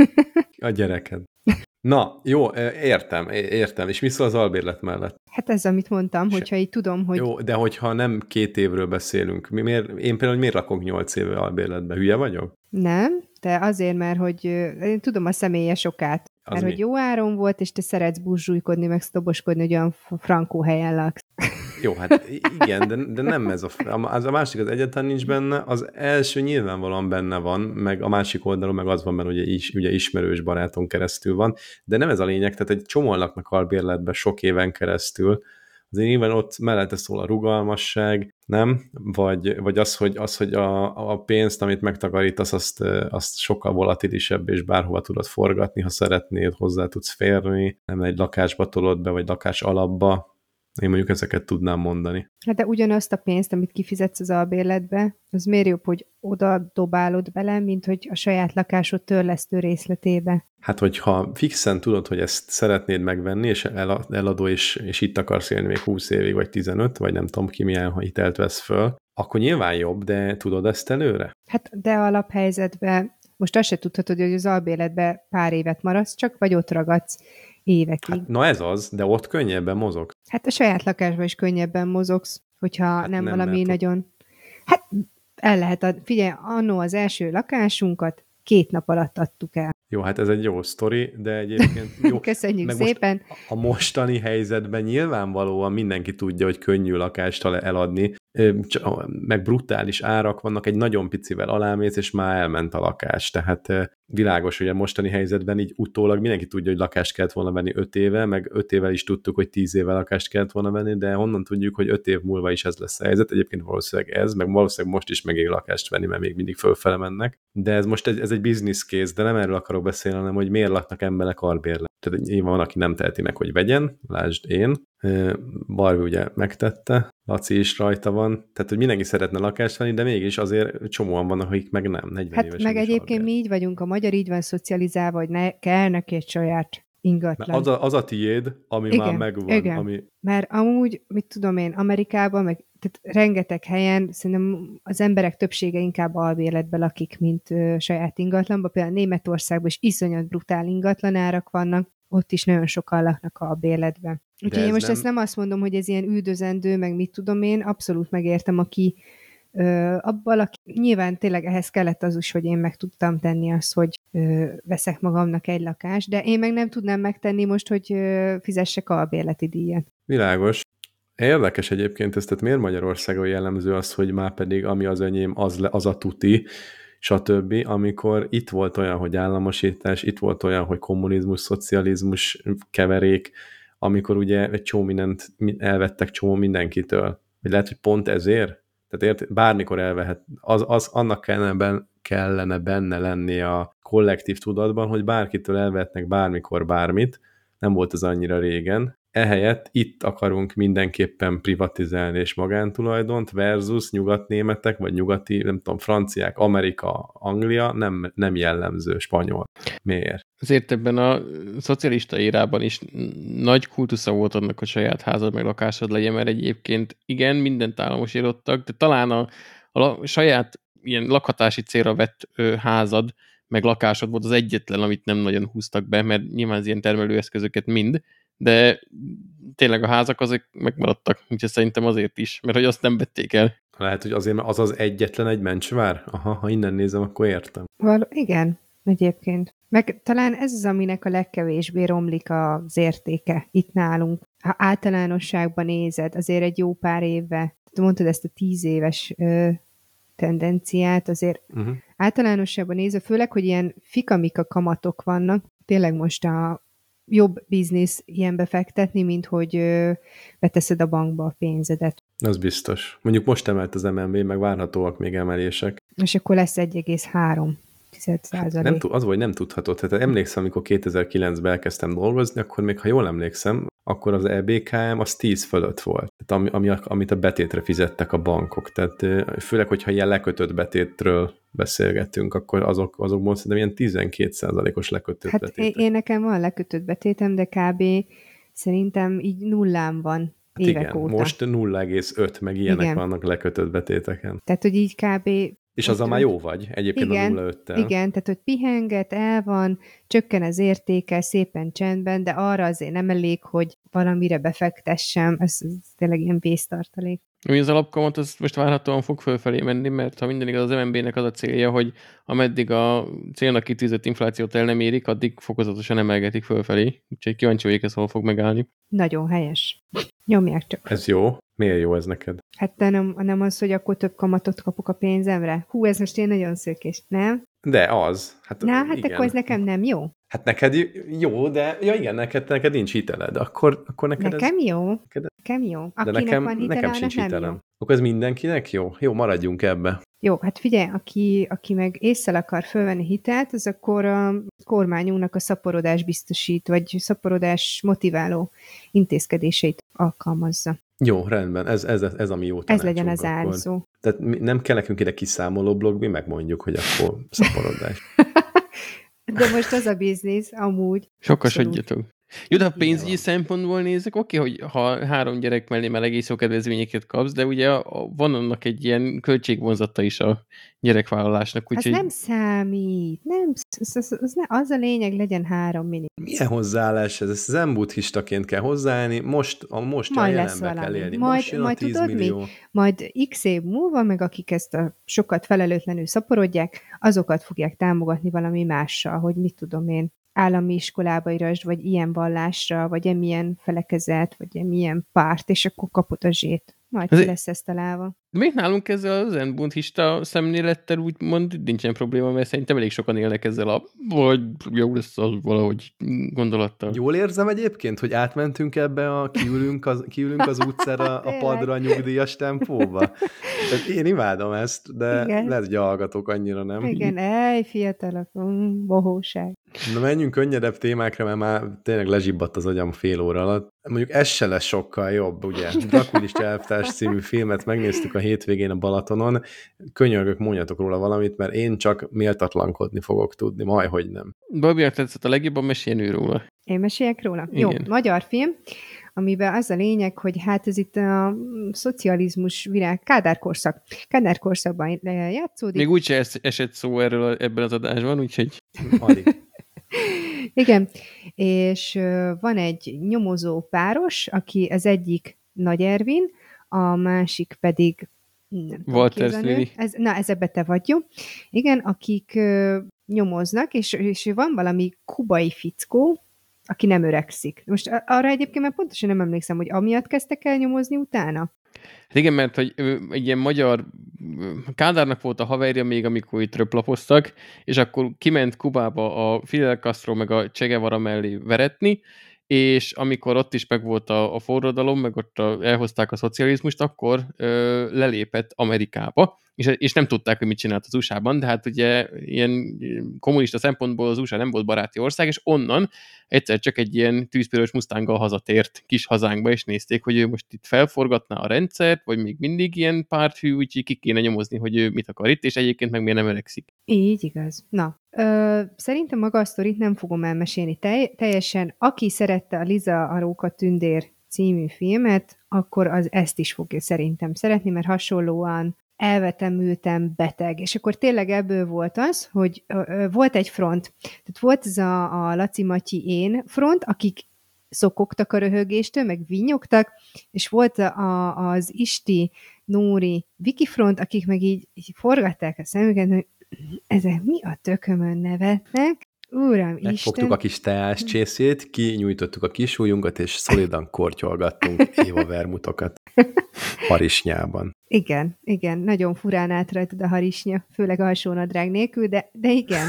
A gyereked. Na, jó, értem. És mi szól az albérlet mellett? Hát ez, amit mondtam, hogyha így tudom, hogy... Jó, de hogyha nem 2 évről beszélünk, én például miért lakok 8 éve albérletbe? Hülye vagyok? Nem, de azért, mert hogy én tudom a személyes okát. Mert hogy jó áron volt, és te szeretsz burzsújkodni, meg sztoboskodni, hogy olyan frankó helyen laksz. Jó, hát igen, de nem ez a másik, az egyáltalán nincs benne, az első nyilvánvalóan benne van, meg a másik oldalon meg az van benne, hogy ugye ismerős baráton keresztül van, de nem ez a lényeg, tehát egy csomóan laknak albérletbe sok éven keresztül, azért nyilván ott mellette szól a rugalmasság, nem? Vagy az, hogy a pénzt, amit megtakarítasz, azt sokkal volatilisebb, és bárhova tudod forgatni, ha szeretnéd, hozzá tudsz férni, nem egy lakásba tolod be, vagy lakás alapba. Én mondjuk ezeket tudnám mondani. Hát de ugyanazt a pénzt, amit kifizetsz az albérletbe, az miért jobb, hogy oda dobálod bele, mint hogy a saját lakásod törlesztő részletébe? Hát, hogyha fixen tudod, hogy ezt szeretnéd megvenni, és eladó, és itt akarsz élni még 20 évig, vagy 15, vagy nem tudom ki milyen hitelt vesz föl, akkor nyilván jobb, de tudod ezt előre? Hát de alaphelyzetben most azt se tudhatod, hogy az albérletbe pár évet maradsz csak, vagy ott ragadsz évekig. Hát, na ez az, de ott könnyebben mozog. Hát a saját lakásban is könnyebben mozogsz, hogyha hát nem valami nagyon... Hát figyelj, annó az első lakásunkat 2 nap alatt adtuk el. Jó, hát ez egy jó sztori, de egyébként jó. Köszönjük szépen. A mostani helyzetben nyilvánvalóan mindenki tudja, hogy könnyű lakást eladni, meg brutális árak vannak, egy nagyon picivel alámész, és már elment a lakás. Tehát világos, hogy a mostani helyzetben így utólag mindenki tudja, hogy lakást kellett volna venni 5 éve, meg 5 évvel is tudtuk, hogy 10 éve lakást kellett volna venni, de honnan tudjuk, hogy 5 év múlva is ez lesz a helyzet. Egyébként valószínűleg ez, meg valószínűleg most is megéri lakást venni, mert még mindig fölfele mennek. De ez most ez egy business case, de nem erről akarok beszélni, hanem hogy miért laknak emberek albérletben. Tehát nyilván van, aki nem teheti meg, hogy vegyen, lásd én. Barbie ugye megtette, Laci is rajta van, tehát hogy mindenki szeretne lakást venni, de mégis azért csomóan vannak, akik meg nem, 40 hát éves. meg egyébként mi így vagyunk, a magyar így van szocializálva, hogy kell neki egy saját ingatlan. Az a tiéd, ami igen, már megvan. Igen. Ami... Mert amúgy, mit tudom én, Amerikában, meg tehát rengeteg helyen szerintem az emberek többsége inkább albérletben lakik, mint saját ingatlanban. Például Németországban is iszonyat brutál ingatlanárak vannak, ott is nagyon sokan laknak albérletben. Úgyhogy én most ezt nem azt mondom, hogy ez ilyen üldözendő, meg mit tudom én, abszolút megértem, aki abban, aki nyilván tényleg ehhez kellett az is, hogy én meg tudtam tenni azt, hogy veszek magamnak egy lakást, de én meg nem tudnám megtenni most, hogy fizessek albérleti díjat. Világos. Érdekes egyébként ez, tehát miért Magyarországon jellemző az, hogy már pedig ami az enyém, az a tuti, stb. Amikor itt volt olyan, hogy államosítás, itt volt olyan, hogy kommunizmus, szocializmus keverék, amikor ugye egy csomó mindent elvettek csomó mindenkitől. Vagy lehet, hogy pont ezért? Tehát bármikor elvehet. Annak kellene benne lenni a kollektív tudatban, hogy bárkitől elvehetnek bármikor bármit, nem volt ez annyira régen. Ehelyett itt akarunk mindenképpen privatizálni és magántulajdont versus nyugatnémetek, vagy nyugati, nem tudom, franciák, Amerika, Anglia, nem jellemző, spanyol. Miért? Azért ebben a szocialista érában is nagy kultusza volt annak, a saját házad meg lakásod legyen, mert egyébként igen, mindent államosítottak, de talán a saját ilyen lakhatási célra vett házad meg lakásod volt az egyetlen, amit nem nagyon húztak be, mert nyilván az ilyen termelőeszközöket mind, de tényleg a házak azok megmaradtak, úgyhogy szerintem azért is, mert hogy azt nem vették el. Lehet, hogy azért, mert az egyetlen egy mencsvár? Aha, ha innen nézem, akkor értem. Igen, egyébként. Meg talán ez az, aminek a legkevésbé romlik az értéke itt nálunk. Ha általánosságban nézed, azért egy jó pár évve, mondtad ezt a 10 éves tendenciát, azért általánosságban nézve, főleg, hogy ilyen fikamika kamatok vannak, tényleg most a jobb biznisz ilyen befektetni, mint hogy beteszed a bankba a pénzedet. Az biztos. Mondjuk most emelt az MNB, meg várhatóak még emelések. És akkor lesz 1,3%. Az vagy nem tudhatod. Tehát emlékszem, amikor 2009-ben elkezdtem dolgozni, akkor még, ha jól emlékszem, akkor az EBKM az 10 fölött volt. Tehát amit a betétre fizettek a bankok. Tehát főleg, hogyha ilyen lekötött betétről beszélgetünk, akkor azokból szerintem ilyen 12%-os lekötött betétek. Én nekem van lekötött betétem, de kb. Szerintem így nullán van évek igen, óta. Most 0,5, meg ilyenek vannak lekötött betéteken. Tehát, hogy így kb. És azzal már jó vagy, egyébként igen, a 0,5-tel. Igen, tehát, hogy pihenget, el van, csökken az értéke, szépen csendben, de arra azért nem elég, hogy valamire befektessem, ez tényleg ilyen vésztartalék. Ami az alapkamat, az most várhatóan fog fölfelé menni, mert ha mindig az MNB-nek az a célja, hogy ameddig a célnak kitűzött inflációt el nem érik, addig fokozatosan emelgetik fölfelé. Úgyhogy kíváncsi vagyok, ez hol fog megállni. Nagyon helyes. Nyomják csak. Ez jó? Miért jó ez neked? Hát nem az, hogy akkor több kamatot kapok a pénzemre? Hú, ez most én nagyon szőkés, nem? De az. Hát igen. Akkor ez nekem nem jó. Hát neked jó, de ja igen, neked nincs hiteled. Akkor neked nekem ez... jó. Nekem jó. Akinek de van hitele, nekem sincs hitelem. Jó. Akkor ez mindenkinek jó? Jó, maradjunk ebbe. Jó, hát figyelj, aki meg ésszel akar fölvenni hitelt, az akkor a kormányunknak a szaporodás biztosít, vagy szaporodás motiváló intézkedéseit alkalmazza. Jó, rendben, ez ami jó tanácsunk. Ez legyen az árszó. Tehát nem kell nekünk ide kiszámoló blog, mi megmondjuk, hogy akkor szaporodás. De most az a biznisz, amúgy. Sokasodjatok. Jó, de ha pénzügyi szempontból nézzük, oké, hogy ha 3 gyerek mellé már egész jó kedvezményeket kapsz, de ugye van annak egy ilyen költségvonzata is a gyerekvállalásnak. Az nem számít. Nem, az a lényeg, legyen 3 minimum. Milyen hozzáállás ez? Ezt zen-buddhistaként kell hozzáállni, most a jelenbe kell élni. Most jön a 10 millió. Mi? Majd x év múlva, meg akik ezt a sokat felelőtlenül szaporodják, azokat fogják támogatni valami mással, hogy mit tudom én, állami iskolába irasd, vagy ilyen vallásra, vagy emilyen felekezet, vagy emilyen párt, és akkor kapod a zsét. Majd ki lesz ezt találva. Még nálunk ezzel a zen-buddhista szemlélettel úgymond nincsen probléma, mert szerintem elég sokan élnek ezzel vagy jó lesz az valahogy gondolattal. Jól érzem egyébként, hogy átmentünk ebbe a kiülünk az utcára a padra nyugdíjas tempóba. Tehát én imádom ezt, de igen. Lehet, hogy a hallgatók annyira nem. Igen, fiatalok, bohóság. Na menjünk könnyedebb témákra, mert már tényleg lezsibbadt az agyam fél óra alatt. Mondjuk ez se lesz sokkal jobb, ugye? Drakulis elvtárs című filmet megnéztük a hétvégén a Balatonon. Könyörgök, mondjatok róla valamit, mert én csak méltatlankodni fogok tudni, majdhogy nem. Babiak tetszett a legjobban, meséljen ő róla. Én meséljek róla? Igen. Jó, magyar film, amiben az a lényeg, hogy hát ez itt a szocializmus virág, Kádár korszakban játszódik. Még úgyse esett szó erről ebben az adásban, úgyhogy... Alig. Igen, és van egy nyomozó páros, aki az egyik Nagy Ervin, a másik pedig Walter Lily. Ez ebbe te vagy, jó? Igen, akik nyomoznak, és van valami kubai fickó, aki nem öregszik. Most arra egyébként már pontosan nem emlékszem, hogy amiatt kezdtek el nyomozni utána. Hát igen, mert hogy egy ilyen magyar Kádárnak volt a haverja még, amikor itt röplapoztak, és akkor kiment Kubába a Fidel Castro meg a Che Guevara mellé veretni, és amikor ott is megvolt a forradalom, meg ott elhozták a szocializmust, akkor lelépett Amerikába, és nem tudták, hogy mit csinált az USA-ban, de hát ugye ilyen kommunista szempontból az USA nem volt baráti ország, és onnan egyszer csak egy ilyen tűzpiros Mustanggal hazatért kis hazánkba, és nézték, hogy ő most itt felforgatná a rendszert, vagy még mindig ilyen párthű, úgyhogy ki kéne nyomozni, hogy ő mit akar itt, és egyébként meg miért nem öregszik. Így igaz. Na, szerintem maga a sztorit nem fogom elmesélni teljesen. Aki szerette a Liza a Róka Tündér című filmet, akkor az ezt is fogja szerintem szeretni, mert hasonlóan elvetemültem, beteg. És akkor tényleg ebből volt az, hogy volt egy front. Tehát volt ez a Laci Matyi én front, akik szokogtak a röhögéstől, meg vinnyogtak, és volt az Isti, Nóri, Viki front, akik meg így forgatták a szemüket, hogy ezek mi a tökömön nevetnek? Uram, Isten! Megfogtuk a kis teás csészét, kinyújtottuk a kis ujjunkat, és szolidan kortyolgattunk Éva vermutokat harisnyában. Igen, nagyon furán állt rajtad a harisnya, főleg alsónadrág nélkül, de igen.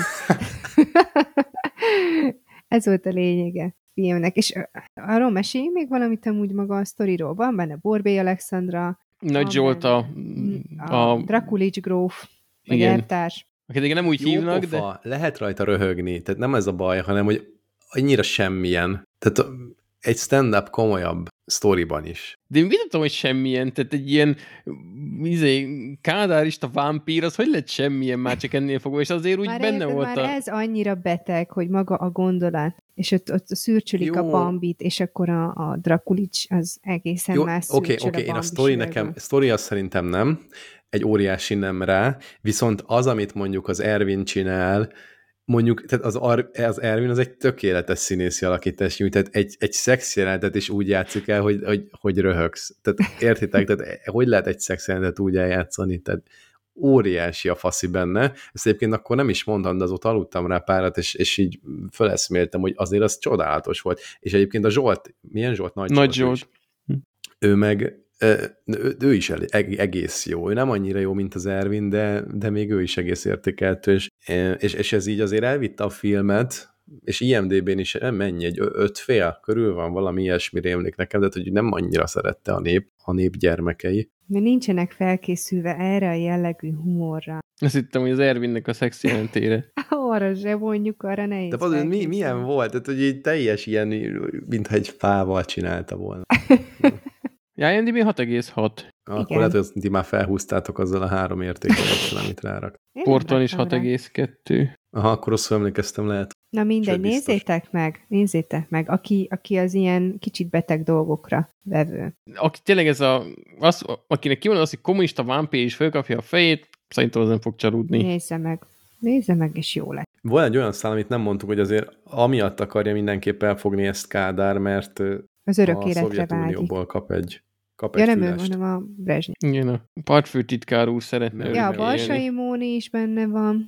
Ez volt a lényege filmnek. És arról mesélj még valamit amúgy maga a sztoriról. Van benne Borbély Alexandra, Nagy Zsolt a Drakulics gróf, vagy elvtárs. Akit nem úgy hívnak, pofa, de... Lehet rajta röhögni, tehát nem ez a baj, hanem hogy annyira semmilyen. Tehát egy stand-up komolyabb sztoriban is. De én tudom, hogy semmilyen, tehát egy ilyen kádárista vámpír, az hogy lett semmilyen már csak ennél fogva, és azért úgy benne volt Már ez annyira beteg, hogy maga a gondolat, és ott szürcsülik a Bambit, és akkor a Drakulics az egészen más szürcsül Oké, én a sztori azt szerintem nem, egy óriási nem rá, viszont az, amit mondjuk az Ervin csinál, mondjuk, tehát az Ervin az egy tökéletes színészi alakítás nyújt, tehát egy szexjelenetet is úgy játszik el, hogy röhögsz. Tehát értitek, tehát hogy lehet egy szexjelenetet úgy eljátszani, tehát óriási a faszi benne. Ezt egyébként akkor nem is mondtam, de azóta aludtam rá párat, és így föleszméltem, hogy azért az csodálatos volt. És egyébként a Zsolt, milyen Zsolt? Nagy Zsolt. Ő meg ő is egész jó. Ő nem annyira jó, mint az Ervin, de még ő is egész értékeltő, és ez így azért elvitte a filmet, és IMDb-n is nem mennyi, egy 5,5 körül van, valami ilyesmi rémlik nekem, de hogy nem annyira szerette a nép gyermekei. Mert nincsenek felkészülve erre a jellegű humorra. Azt hittem, hogy az Ervinnek a szex jelentére. Arra se mondjuk, arra nehéz. De az, milyen volt? Tehát, hogy így teljes ilyen, mintha egy fával csinálta volna. IMDb 6,6. Akkor lehet, hogy ti már felhúztátok azzal a 3 értékeléssel, amit rárak. Porton is 6,2. Aha, akkor rosszul emlékeztem, lehet. Na mindegy, nézzétek meg, aki az ilyen kicsit beteg dolgokra vevő. Aki tényleg akinek ki van az, hogy kommunista vámpír is fölkapja a fejét, szerintem az nem fog csalódni. Nézze meg, és jó lett. Van egy olyan szál, amit nem mondtuk, hogy azért amiatt akarja mindenképp elfogni ezt Kádár, mert az örök a Szovjetunióból kap egy nem ő, hanem a Brezsnyev. Igen, a partfőtitkár úr szeretne. Ja, a Balsai Móni is benne van.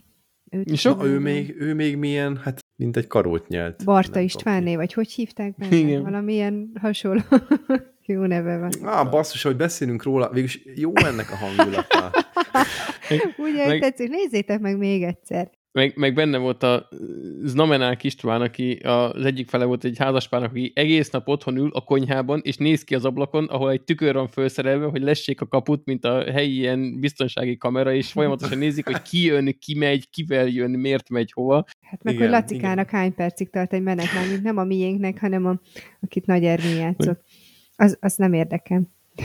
Ő még milyen, hát mint egy karót nyelt. Barta Istvánné, vagy hogy hívták benne? Igen. Valamilyen hasonló jó neve van. Basszus, hogy beszélünk róla, végülis jó ennek a hangulata. Ugye, tetszik, nézzétek meg még egyszer. Meg benne volt a Znamenák István, aki az egyik fele volt egy házaspárnak, aki egész nap otthon ül a konyhában, és néz ki az ablakon, ahol egy tükör van felszerelve, hogy lessék a kaput, mint a helyi ilyen biztonsági kamera, és folyamatosan nézik, hogy ki jön, ki megy, kivel jön, miért megy, hova. Hát meg, hogy Lacikának hány percig tart egy menet, mint nem a miénknek, hanem akit Nagy Ervin játszott. Az nem érdekel.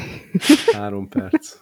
3 perc,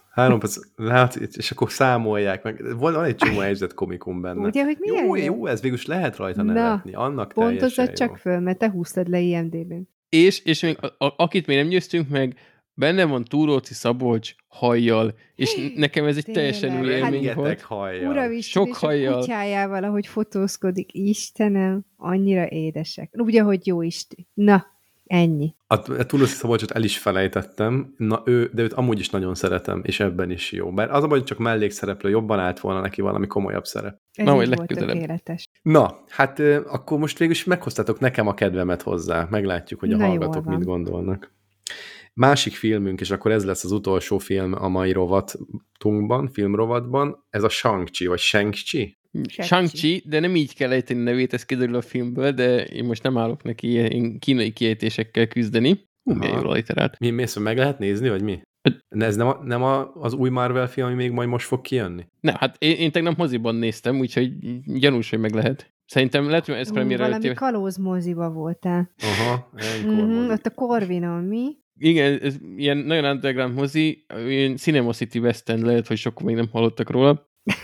és akkor számolják meg. Van egy csomó helyzet komikum benne. Ugye, hogy jó, ez végülis lehet rajta nevetni. Annak pontozzad csak föl, mert te húztad le IMDb-n. És még akit még nem győztünk meg, benne van Túróci Szabolcs hajjal, és nekem ez egy teljesen új élmény volt. Uravisten, sok hajjal. A kutyájával, ahogy fotózkodik. Istenem, annyira édesek. Ugye, hogy jó Isten. Na, ennyi. A Túróci Szabolcsot el is felejtettem, de őt amúgy is nagyon szeretem, és ebben is jó. Bár az a baj, hogy csak mellékszereplő, jobban állt volna neki valami komolyabb szerep. Ez így volt tökéletes. Na, hát akkor most végül is meghoztátok nekem a kedvemet hozzá. Meglátjuk, hogy a hallgatók mit gondolnak. Másik filmünk, és akkor ez lesz az utolsó film a mai filmrovatban, ez a Shang-Chi, vagy Shang-Chi? Shang-Chi, de nem így kell ejteni nevét, ez kiderül a filmből, de én most nem állok neki ilyen kínai kiejtésekkel küzdeni. Milyen jól alliterált. Mész, meg lehet nézni, vagy mi? Ez nem az új Marvel film, ami még majd most fog kijönni? Nem, hát én tegnap moziban néztem, úgyhogy gyanús, hogy meg lehet. Szerintem lehet, hogy ez premiére előtt... Valami kalóz moziba voltál. Aha, ott a Corvinon, mi? Igen, ez ilyen nagyon underground mozi, ilyen Cinema City West End, lehet, hogy sokan még nem hallottak róla.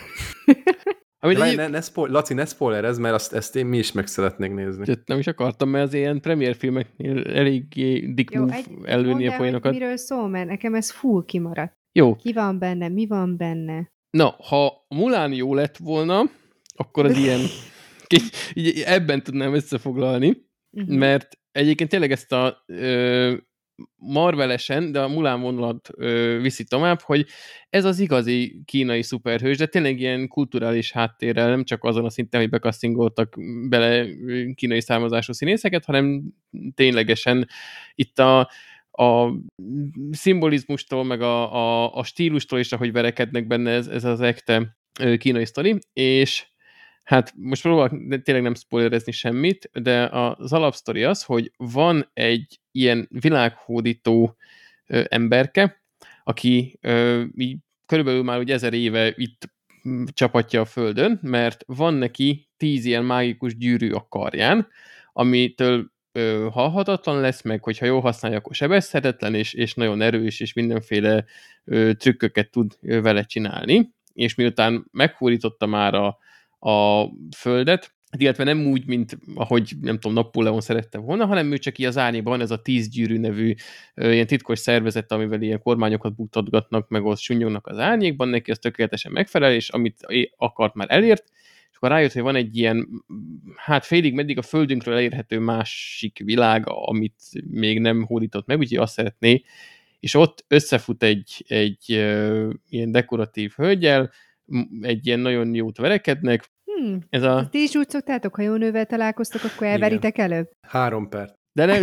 Laci, ne spoilerezz, mert mi is meg szeretnénk nézni. Nem is akartam, mert az ilyen premierfilmeknél eléggé dick move előni a poénokat. Miről szól, mert nekem ez full kimaradt. Jó. Ki van benne, mi van benne? Na, ha Mulan jó lett volna, akkor az ilyen... ebben tudnám összefoglalni, mert egyébként tényleg ezt a Marvelesen, de a Mulan vonalat viszi tovább, hogy ez az igazi kínai szuperhős, de tényleg ilyen kulturális háttérrel, nem csak azon a szinten, hogy bekasztingoltak bele kínai származású színészeket, hanem ténylegesen itt a szimbolizmustól, meg a stílustól is, ahogy verekednek benne ez az ekte kínai sztori, és hát most próbálok tényleg nem spoilerezni semmit, de az alapsztori az, hogy van egy ilyen világhódító emberke, aki így körülbelül már úgy 1000 éve itt csapatja a földön, mert van neki 10 ilyen mágikus gyűrű a karján, amitől halhatatlan lesz, meg hogyha jól használja, akkor sebezhetetlen, és nagyon erős, és mindenféle trükköket tud vele csinálni. És miután meghódította már a földet, illetve nem úgy, mint ahogy, nem tudom, Napóleon szerette volna, hanem ő csak így az árnyékban ez a 10 gyűrű nevű ilyen titkos szervezet, amivel ilyen kormányokat buktatgatnak, meg ott sunnyognak az árnyékban, neki az tökéletesen megfelel, és amit akart már elért, és akkor rájött, hogy van egy ilyen, hát félig meddig a földünkről elérhető másik világ, amit még nem hódított meg, úgyhogy azt szeretné, és ott összefut egy ilyen dekoratív hölgyel, egy ilyen nagyon jót verekednek. Ti is úgy szoktátok, ha jó nővel találkoztok, akkor elveritek előbb? 3 perc. De nem...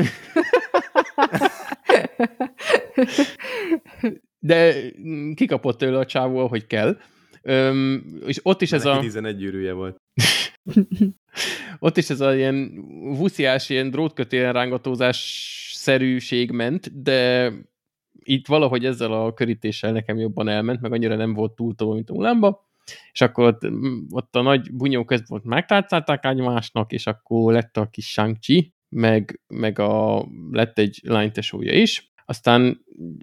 De kikapott tőle a csávó, ahogy kell. És ott is ez a... 11 gyűrűje volt. Ott is ez a ilyen vusziás, ilyen drótkötélen rángatózás-szerűség ment, de itt valahogy ezzel a körítéssel nekem jobban elment, meg annyira nem volt túl tolva, mint a Mulánba, és akkor ott a nagy bunyó közben volt megtárcálták egymásnak, és akkor lett a kis Shang-Chi, meg lett egy lánytesója is. aztán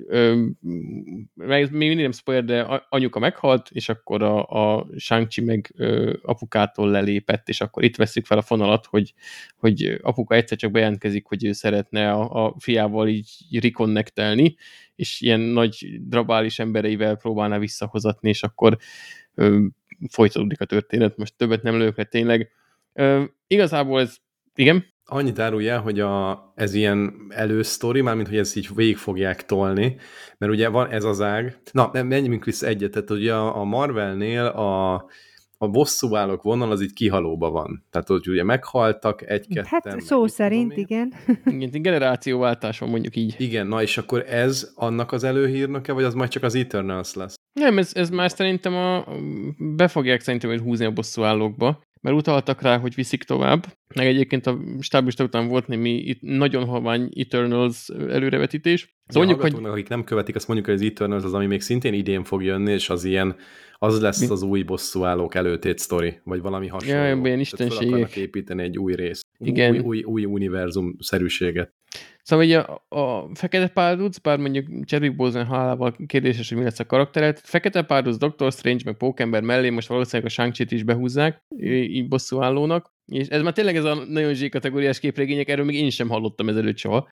még mindig nem spoiler, de anyuka meghalt, és akkor a Shang-Chi meg apukától lelépett, és akkor itt vesszük fel a fonalat, hogy apuka egyszer csak bejelentkezik, hogy ő szeretne a fiával így reconnectelni, és ilyen nagy drabális embereivel próbálná visszahozatni, és akkor folytatódik a történet. Most többet nem lők le tényleg. Igazából ez, igen? Annyit árulj el, hogy ez ilyen elősztori, mármint, hogy ezt így végig fogják tolni, mert ugye van ez az ág. Na, menjünk vissza egyet, tehát ugye a Marvelnél a bosszúállók vonal az így kihalóba van. Tehát hogy ugye meghaltak egy-ketten. Hát szó szerint, igen. Igen, generációváltás van, mondjuk így. Igen, na és akkor ez annak az előhírnöke, vagy az majd csak az Eternals lesz? Nem, ez már szerintem be fogják szerintem húzni a bosszúállókba, mert utaltak rá, hogy viszik tovább. Meg egyébként a stáblista után volt némi nagyon halvány Eternals előrevetítés. Szóval mondjuk, hogy akik nem követik, azt mondjuk, hogy az Eternals az, ami még szintén idén fog jönni, és az lesz az új bosszúállók előtét sztori, vagy valami hasonló. Ja, ilyen istenségek. Tehát fel akarnak építeni egy új részt. Igen. Új univerzum-szerűséget. Szóval ugye a Fekete Párduc, bár mondjuk Chadwick Boseman halálával kérdéses, hogy mi lesz a karakteret, Fekete Párduc, Doctor Strange, meg Pókember mellé most valószínűleg a Shang-Chi-t is behúzzák, így bosszúállónak. És ez már tényleg ez a nagyon Z-kategóriás képregények, erről még én sem hallottam ezelőtt soha.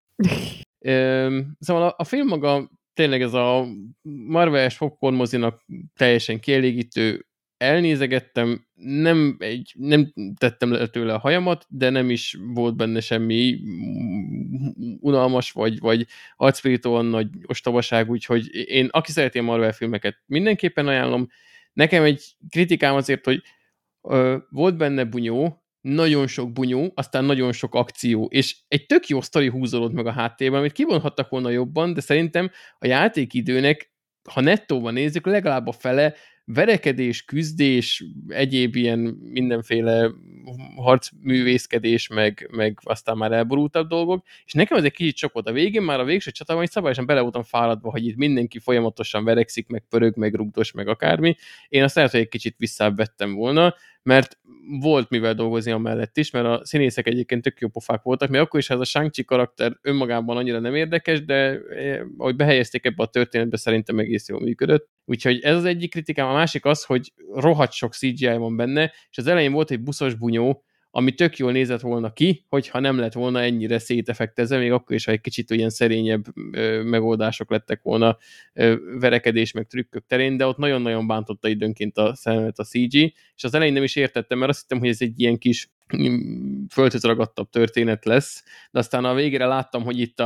Szóval a film maga tényleg ez a Marvel-es popcorn mozinak teljesen kielégítő, elnézegettem, nem tettem le tőle a hajamat, de nem is volt benne semmi unalmas, vagy arcpirítóan nagy ostobaság, úgyhogy én, aki szereti a Marvel filmeket, mindenképpen ajánlom. Nekem egy kritikám azért, hogy volt benne bunyó, nagyon sok bunyó, aztán nagyon sok akció, és egy tök jó sztori húzódott meg a háttérben, amit kivonhattak volna jobban, de szerintem a játékidőnek, ha nettóban nézzük, legalább a fele verekedés, küzdés, egyéb ilyen mindenféle harcművészkedés, meg aztán már elborultabb dolgok, és nekem ez egy kicsit sok volt a végén, már a végső csatában, hogy szabályosan bele voltam fáradva, hogy itt mindenki folyamatosan verekszik, meg pörög, meg rugdos, meg akármi. Én azt lehet, hogy egy kicsit visszább volna, mert volt mivel dolgozni amellett is, mert a színészek egyébként tök jó pofák voltak, mert akkor is ez a Shang-Chi karakter önmagában annyira nem érdekes, de ahogy behelyezték ebbe a történetbe, szerintem egész jól működött. Úgyhogy ez az egyik kritikám, a másik az, hogy rohadt sok CGI van benne, és az elején volt egy buszos bunyó, ami tök jól nézett volna ki, hogyha nem lett volna ennyire széteffektezve, még akkor is, ha egy kicsit olyan szerényebb megoldások lettek volna verekedés meg trükkök terén, de ott nagyon-nagyon bántotta időnként a szememet a CG, és az elején nem is értettem, mert azt hittem, hogy ez egy ilyen kis földhöz ragadtabb történet lesz, de aztán a végére láttam, hogy itt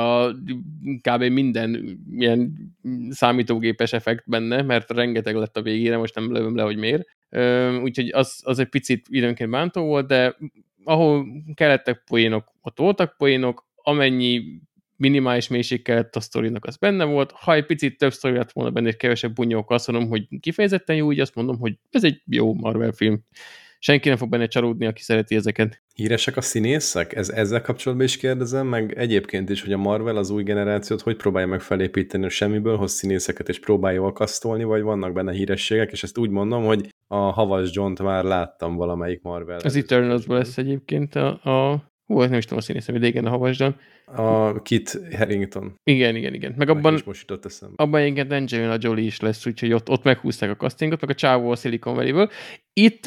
kb. Minden ilyen számítógépes effekt benne, mert rengeteg lett a végére, most nem lövöm le, hogy miért. Úgyhogy az egy picit időnként bántó volt, de ahol kellettek poénok, ott voltak poénok, amennyi minimális mélység kellett a sztorinak, az benne volt. Ha egy picit több sztori lett volna benne, egy kevesebb bunyók, azt mondom, hogy kifejezetten jó, így azt mondom, hogy ez egy jó Marvel film. Senki nem fog benne csalódni, aki szereti ezeket. Híresek a színészek? Ezzel kapcsolatban is kérdezem, meg egyébként is, hogy a Marvel az új generációt hogy próbálja meg felépíteni, hogy semmiből hoz színészeket és próbálja jól kasztolni, vagy vannak benne hírességek, és ezt úgy mondom, hogy a Havas Johnt már láttam valamelyik Marvel. Az Eternals-ból lesz egyébként nem is tudom a színészem, de igen, a Havas John. A Kit Harington. Igen. Meg abban egyébként Angelina Jolie is lesz, úgyhogy ott meghúzták a castingot, meg a csávó a Silicon Valley-ből. Itt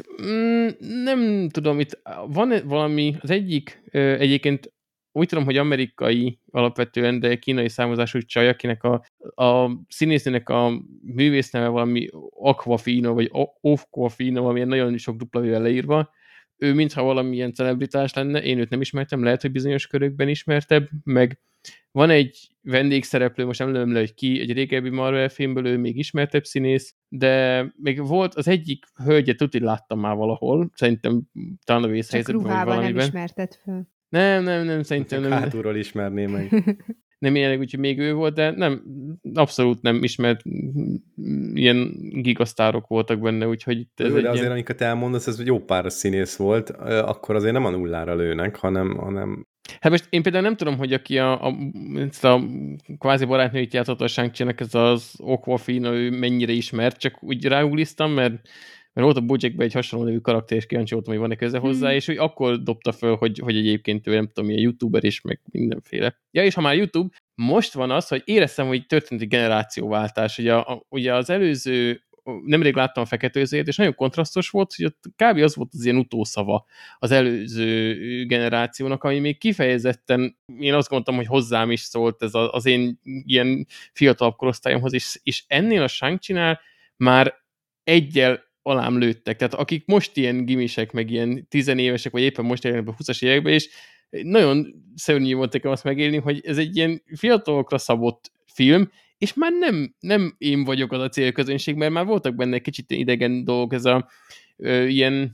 nem tudom, itt van valami, az egyik egyébként úgy tudom, hogy amerikai alapvetően, de kínai származású csaj, akinek a színésznőnek a művészneve valami Aquafina, vagy Ofquafina, valamilyen nagyon sok dupla leírva. Ő mintha valamilyen celebritás lenne, én őt nem ismertem, lehet, hogy bizonyos körökben ismertebb, meg van egy vendégszereplő, most nem lövöm le, hogy ki, egy régebbi Marvel filmből, ő még ismertebb színész, de még volt az egyik hölgyet, tuti láttam már valahol, szerintem talán a vészhelyzetben, vagy valamiben. Nem ismerted föl. Nem, szerintem nem. Hátulról ismerné meg. Nem ilyenek, úgyhogy még ő volt, de nem, abszolút nem ismert, ilyen gigasztárok voltak benne, úgyhogy... Ez de azért, amiket elmondasz, ez jó pár színész volt, akkor azért nem a nullára lőnek, hanem... Hát most én például nem tudom, hogy aki a kvázi barátnőit játszott a Shang-Chi-nek, ez az Aquafina, ő mennyire ismert, csak úgy ráugliztam, mert mert volt a Bojackben egy hasonló nevű karakter, és kíváncsi voltam, hogy van-e köze hozzá, és hogy akkor dobta föl, hogy egyébként ő nem tudom, milyen youtuber is, meg mindenféle. Ja, és ha már YouTube, most van az, hogy éreztem, hogy történt egy generációváltás. Ugye az előző, nemrég láttam a Feketőzét, és nagyon kontrasztos volt, hogy ott kb. Az volt az ilyen utószava az előző generációnak, ami még kifejezetten, én azt gondoltam, hogy hozzám is szólt ez az én ilyen fiatalabb korosztályomhoz, és ennél a Shang-Chi-nál már egyel alám lőttek. Tehát akik most ilyen gimisek, meg ilyen 10 évesek, vagy éppen most jelenleg a 20-as években, és nagyon szörnyű volt nekem azt megélni, hogy ez egy ilyen fiatalokra szabott film, és már nem én vagyok az a célközönség, mert már voltak benne kicsit idegen dolgok, ez a ilyen...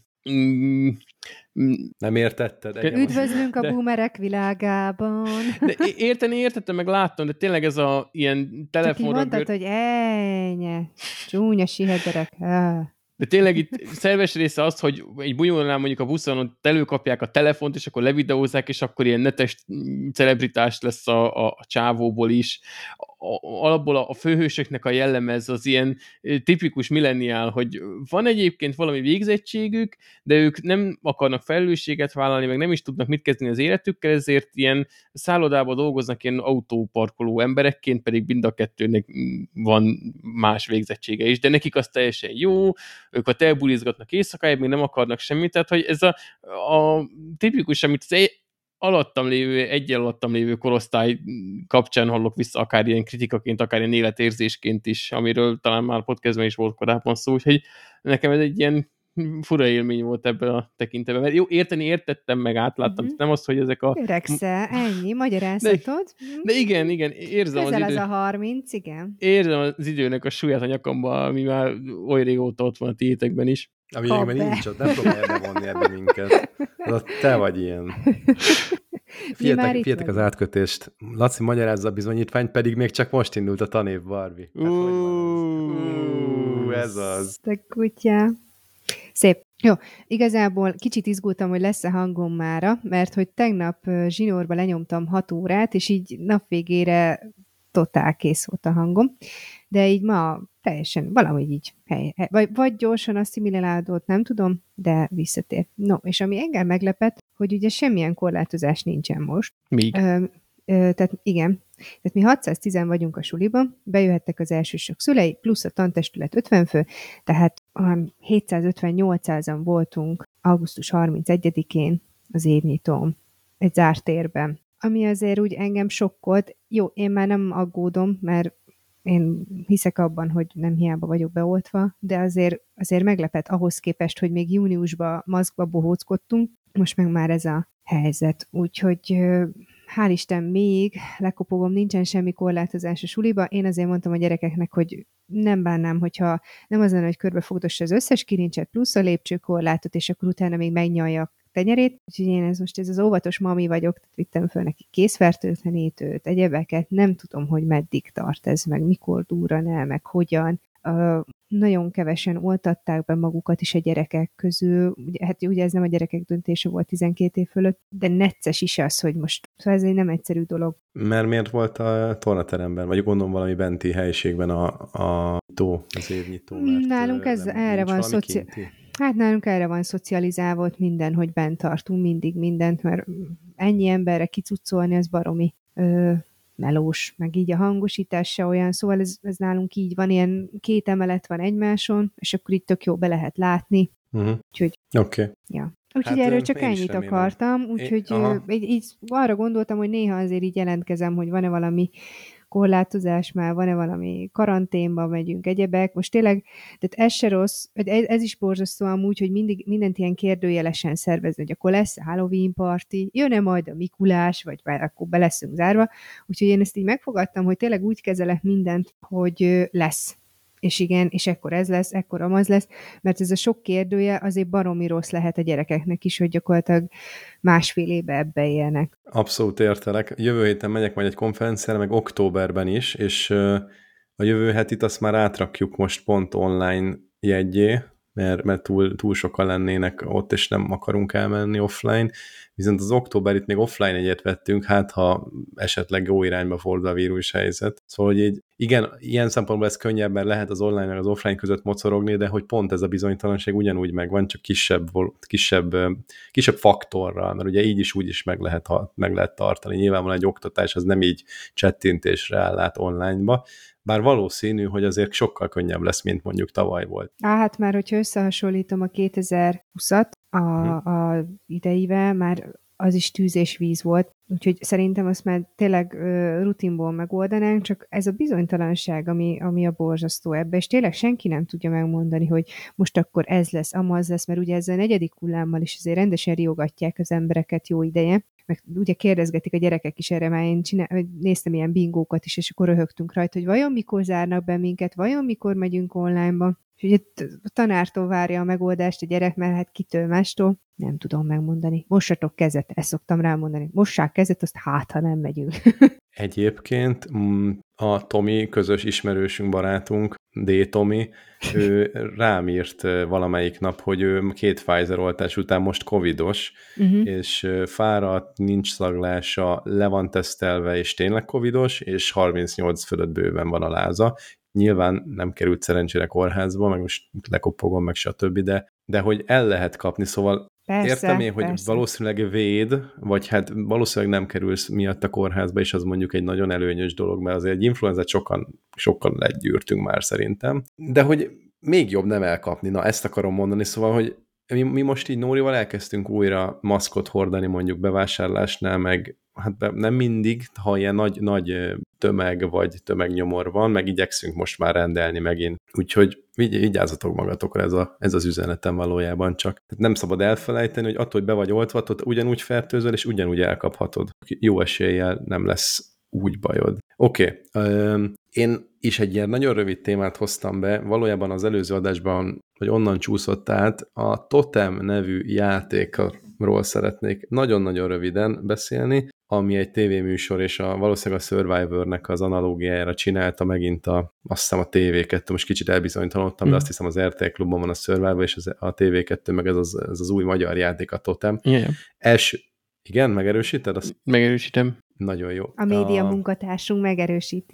Nem értetted? Üdvözlünk a boomerek világában. De értettem, meg láttam, de tényleg ez a ilyen telefonra... Csak így mondtad, hogy ennyi, csúnya sihederek. De tényleg itt szerves része az, hogy egy bunyónál mondjuk a buszon ott előkapják a telefont, és akkor levideózzák, és akkor ilyen netes celebritás lesz a csávóból is. Alapból a főhősöknek a jelleme ez az ilyen tipikus milleniál, hogy van egyébként valami végzettségük, de ők nem akarnak felelősséget vállalni, meg nem is tudnak mit kezdeni az életükkel, ezért ilyen szállodában dolgoznak ilyen autóparkoló emberekként, pedig mind a kettőnek van más végzettsége is, de nekik az teljesen jó, ők ott elbulizgatnak éjszakáig, még nem akarnak semmit, tehát hogy ez a tipikus, amit az egyel alattam lévő korosztály kapcsán hallok vissza, akár ilyen kritikaként, akár ilyen életérzésként is, amiről talán már podcastben is volt korábban szó, úgyhogy nekem ez egy ilyen fura élmény volt ebben a tekintetben. Mert jó, értettem, meg átláttam. Nem az, hogy ezek a... Öregszel, ennyi, magyarázhatod. De igen, érzem közel az idő. az a 30, igen. Érzem az időnek a súlyát a nyakamban, ami már oly régóta ott van a tiétekben is. Ami még nincs ott, nem próbálj bevonni ebbe minket. Te vagy ilyen. Figyeljetek az átkötést. Laci magyarázza a bizonyítványt, pedig még csak most indult a tanév, Barbie. Ez az. Te kutya. Szép. Jó, igazából kicsit izgultam, hogy lesz-e hangom mára, mert hogy tegnap zsinórba lenyomtam 6 órát, és így napvégére totál kész volt a hangom, de így ma teljesen valahogy így vagy gyorsan asszimilálódott, nem tudom, de visszatért. No, és ami engem meglepett, hogy ugye semmilyen korlátozás nincsen most. Még? Tehát igen, tehát mi 610 vagyunk a suliban, bejöhettek az elsősök szülei, plusz a tantestület 50 fő, tehát 750-800-an voltunk augusztus 31-én az évnyitón, egy zárt térben. Ami azért úgy engem sokkolt. Jó, én már nem aggódom, mert én hiszek abban, hogy nem hiába vagyok beoltva, de azért meglepett ahhoz képest, hogy még júniusban maszkba bohóckodtunk, most meg már ez a helyzet. Úgyhogy hál' Isten még lekopogom, nincsen semmi korlátozás a suliba. Én azért mondtam a gyerekeknek, hogy nem bánnám, hogyha nem az lenne, hogy körbefogdossa az összes kilincset plusz a lépcsőkorlátot, és akkor utána még megnyaljak tenyerét. Úgyhogy én ez az óvatos mami vagyok, tehát vittem föl neki készfertőtlenítőt, egyebeket, nem tudom, hogy meddig tart ez, meg mikor durran el, meg hogyan. Nagyon kevesen oltatták be magukat is a gyerekek közül. Hát ugye ez nem a gyerekek döntése volt 12 év fölött, de necces is az, hogy most szóval ez egy nem egyszerű dolog. Mert miért volt a tornateremben, vagy gondolom valami benti helyiségben az évnyitó? Nálunk erre van nálunk erre van szocializálva ott minden, hogy bent tartunk mindig mindent, mert ennyi emberre kicuccolni, az baromi melós, meg így a hangosítás se olyan, szóval ez nálunk így van, ilyen 2 emelet van egymáson, és akkor itt tök jó be lehet látni. Úgyhogy, okay. Ja. Úgyhogy hát erről csak ennyit akartam, úgyhogy így arra gondoltam, hogy néha azért így jelentkezem, hogy van-e valami korlátozás, már van-e valami karanténba megyünk, egyebek. Most tényleg, tehát ez se rossz, ez is borzasztó amúgy, hogy mindent ilyen kérdőjelesen szervezni, hogy akkor lesz a Halloween party, jön-e majd a Mikulás, vagy akkor be leszünk zárva. Úgyhogy én ezt így megfogadtam, hogy tényleg úgy kezelek mindent, hogy lesz. És igen, és ekkor ez lesz, ekkor amaz lesz, mert ez a sok kérdője azért baromi rossz lehet a gyerekeknek is, hogy gyakorlatilag másfél éve ebbe élnek. Abszolút értelek. Jövő héten megyek majd egy konferenciára, meg októberben is, és a jövő hetit azt már átrakjuk most pont online jeggyé, mert túl sokan lennének ott, és nem akarunk elmenni offline. viszont az októberit még offline egyet vettünk, hát ha esetleg jó irányba fordul a vírus helyzet. Szóval, hogy igen, ilyen szempontból ez könnyebb, mert lehet az online meg az offline között mocorogni, de hogy pont ez a bizonytalanság ugyanúgy megvan, csak kisebb faktorral, mert ugye így is úgy is meg lehet tartani. Nyilvánvalóan egy oktatás az nem így csettintésre áll onlineba, bár valószínű, hogy azért sokkal könnyebb lesz, mint mondjuk tavaly volt. Hát már, hogyha összehasonlítom a 2020-at a ideivel, már az is tűz és víz volt, úgyhogy szerintem azt már tényleg rutinból megoldanánk, csak ez a bizonytalanság, ami a borzasztó ebbe, és tényleg senki nem tudja megmondani, hogy most akkor ez lesz, amaz lesz, mert ugye ezzel a 4. hullámmal is azért rendesen riogatják az embereket jó ideje, meg ugye kérdezgetik a gyerekek is erre, már én néztem ilyen bingókat is, és akkor röhögtünk rajta, hogy vajon mikor zárnak be minket, vajon mikor megyünk online-ba. És ugye a tanártól várja a megoldást a gyerek, mert hát kitől mástól, nem tudom megmondani. Mossatok kezet, ezt szoktam rámondani. Mossák kezet, azt ha nem megyünk. Egyébként a Tomi, közös ismerősünk, barátunk, D. Tomi, ő rám írt valamelyik nap, hogy ő 2 Pfizer oltás után most covidos, és fáradt, nincs szaglása, le van tesztelve, és tényleg covidos, és 38 fölött bőven van a láza. Nyilván nem került szerencsére kórházba, meg most lekopogom, meg stb., de hogy el lehet kapni, szóval persze, értem én, hogy valószínűleg véd, vagy hát valószínűleg nem kerülsz miatt a kórházba, és az mondjuk egy nagyon előnyös dolog, mert azért egy influenzát sokan legyűrtünk már szerintem. De hogy még jobb nem elkapni, na ezt akarom mondani, szóval, hogy mi most így Nórival elkezdtünk újra maszkot hordani mondjuk bevásárlásnál, meg hát nem mindig, ha ilyen nagy tömeg vagy tömegnyomor van, meg igyekszünk most már rendelni megint. Úgyhogy vigyázzatok magatokra, ez az üzenetem valójában csak. Nem szabad elfelejteni, hogy attól, hogy be vagy oltva, ugyanúgy fertőzöl, és ugyanúgy elkaphatod. Jó eséllyel nem lesz úgy bajod. Oké. Én is egy ilyen nagyon rövid témát hoztam be, valójában az előző adásban, hogy onnan csúszott át, a Totem nevű játékról szeretnék nagyon-nagyon röviden beszélni, ami egy tévéműsor, és valószínűleg a Survivornek az analógiájára csinálta megint azt hiszem a TV2, most kicsit elbizonytalanodtam, de azt hiszem az RTL Klubban van a Survivor, és a TV2 meg ez az új magyar játék, a Totem. Igen, megerősíted? Megerősítem. Nagyon jó. A média munkatársunk megerősíti.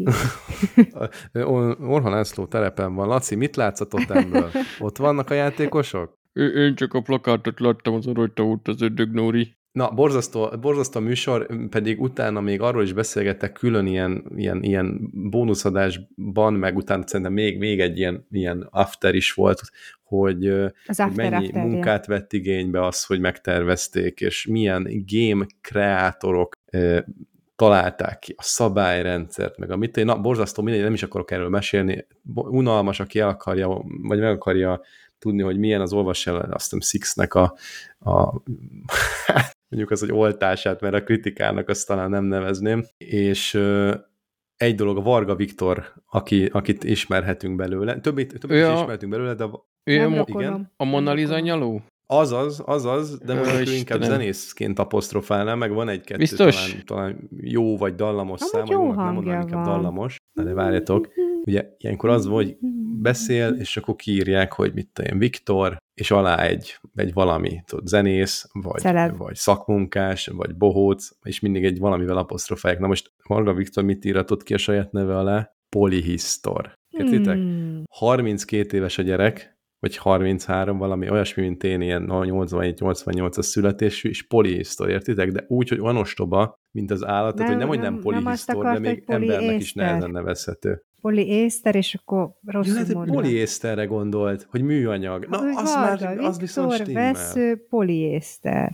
Orhan László terepen van. Laci, mit látsz a Totemből? Ott vannak a játékosok? Én csak a plakátot láttam, az rajta út az ördög Nóri. Na, borzasztó műsor, pedig utána még arról is beszélgettek külön ilyen bónuszadásban, meg utána szerintem még egy ilyen after is volt, hogy mennyi munkát vett igénybe az, hogy megtervezték, és milyen game kreátorok találták ki a szabályrendszert, meg amit borzasztó mindegy, nem is akarok erről mesélni, unalmas, aki el akarja, vagy meg akarja tudni, hogy milyen az olvas el, azt hiszem Sixnek a mondjuk az, hogy oltását, mert a kritikának azt talán nem nevezném, és egy dolog, a Varga Viktor, akit ismerhetünk belőle, többit is ismerhetünk belőle, de igen. A Mona Lisa nyaló? Azaz, de most ő inkább zenészként apostrofálná, meg van egy-kettő talán jó vagy dallamos száma, jó, nem mondanám, inkább dallamos, de várjatok, ugye ilyenkor az, hogy beszél, és akkor kiírják, hogy mit tudom, Viktor, és alá egy valami, zenész, vagy szakmunkás, vagy bohóc, és mindig egy valamivel apostrofálják. Na most Varga Viktor mit íratott ki a saját neve alá? Polihisztor. Értitek? 32 éves a gyerek, vagy 33, valami olyasmi, mint én, ilyen 87-88-as születésű, és polihisztor, értitek? De úgy, hogy olyan ostoba, mint az állat, tehát, hogy nem polihisztor, de még embernek is nehezen nevezhető. Poliészter, és akkor rosszul mondom. Poliészterre gondolt, hogy műanyag. Na, az viszont stimmel. Vesző, poliészter.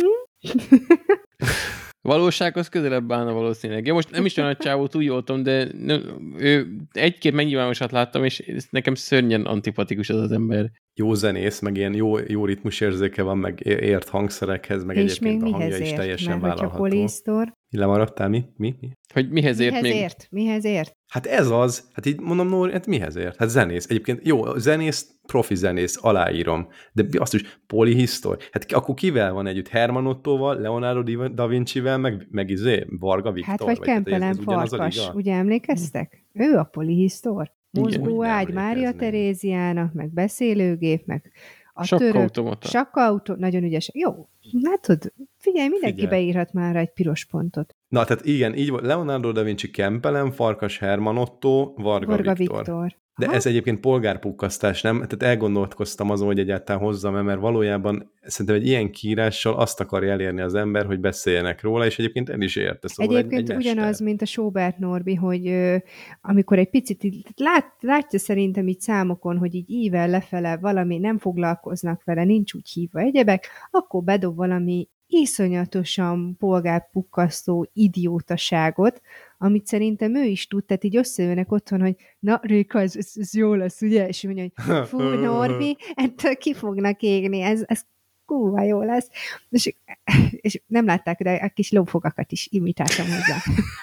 Valósághoz közelebb állna valószínűleg. Én most nem is olyan a csávót úgy voltam, de ő egy-két megnyilvánosat láttam, és nekem szörnyen antipatikus az ember. Jó zenész, meg ilyen jó ritmusérzéke van, meg ért hangszerekhez, meg és egyébként a hangja is teljesen vállalható. Lemaradtál? Mi? Hogy mihez ért? Hát ez az, hát így mondom, Nóri, hát mihez ért? Hát zenész. Egyébként jó, zenész, profi zenész, aláírom. De azt is polihisztor. Hát akkor kivel van együtt? Herman Ottóval, Leonardo da Vincivel, meg Varga Viktor? Hát vagy Kempelen Farkas, ugye emlékeztek? Ő a polihisztor. Mozgóágy Mária Teréziának, meg beszélőgép, meg Sakkautó, nagyon ügyes. Jó, látod, figyelj, mindenki beírhat már egy piros pontot. Na, tehát igen, így volt. Leonardo da Vinci Kempelen, Farkas Herman Otto, Varga Viktor. De ez egyébként polgárpukkasztás, nem? Tehát elgondolkoztam azon, hogy egyáltalán hozzam-e, mert valójában szerintem egy ilyen kiírással azt akarja elérni az ember, hogy beszéljenek róla, és egyébként el is érte. Szóval egyébként ugyanaz, mint a Schobert Norbi, hogy amikor egy picit látja szerintem így számokon, hogy így ível lefele valami, nem foglalkoznak vele, nincs úgy hívva egyebek, akkor bedob valami iszonyatosan polgárpukkasztó idiótaságot, amit szerintem ő is tud, tehát így összejönnek otthon, hogy na, Réka, ez jó lesz, ugye? És mondja, hogy fú, Norbi, ettől ki fognak égni, ez kurva jó lesz. És nem látták, de a kis lófogakat is imitáltam hozzá.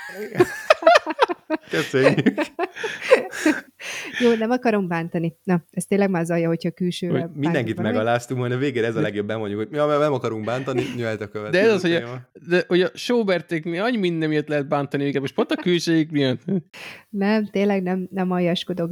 Köszönjük. Jó, nem akarom bántani. Na, ez tényleg már zajja, hogyha külsővel mindenkit megaláztunk, majd a végére ez a legjobb bemondjuk, hogy ja, nem akarunk bántani, jöhet a következő. De ez az, hogy a Schaubertéknél annyi minden miatt lehet bántani őket, most pont a külsőjük miatt. Nem, tényleg nem aljaskodok,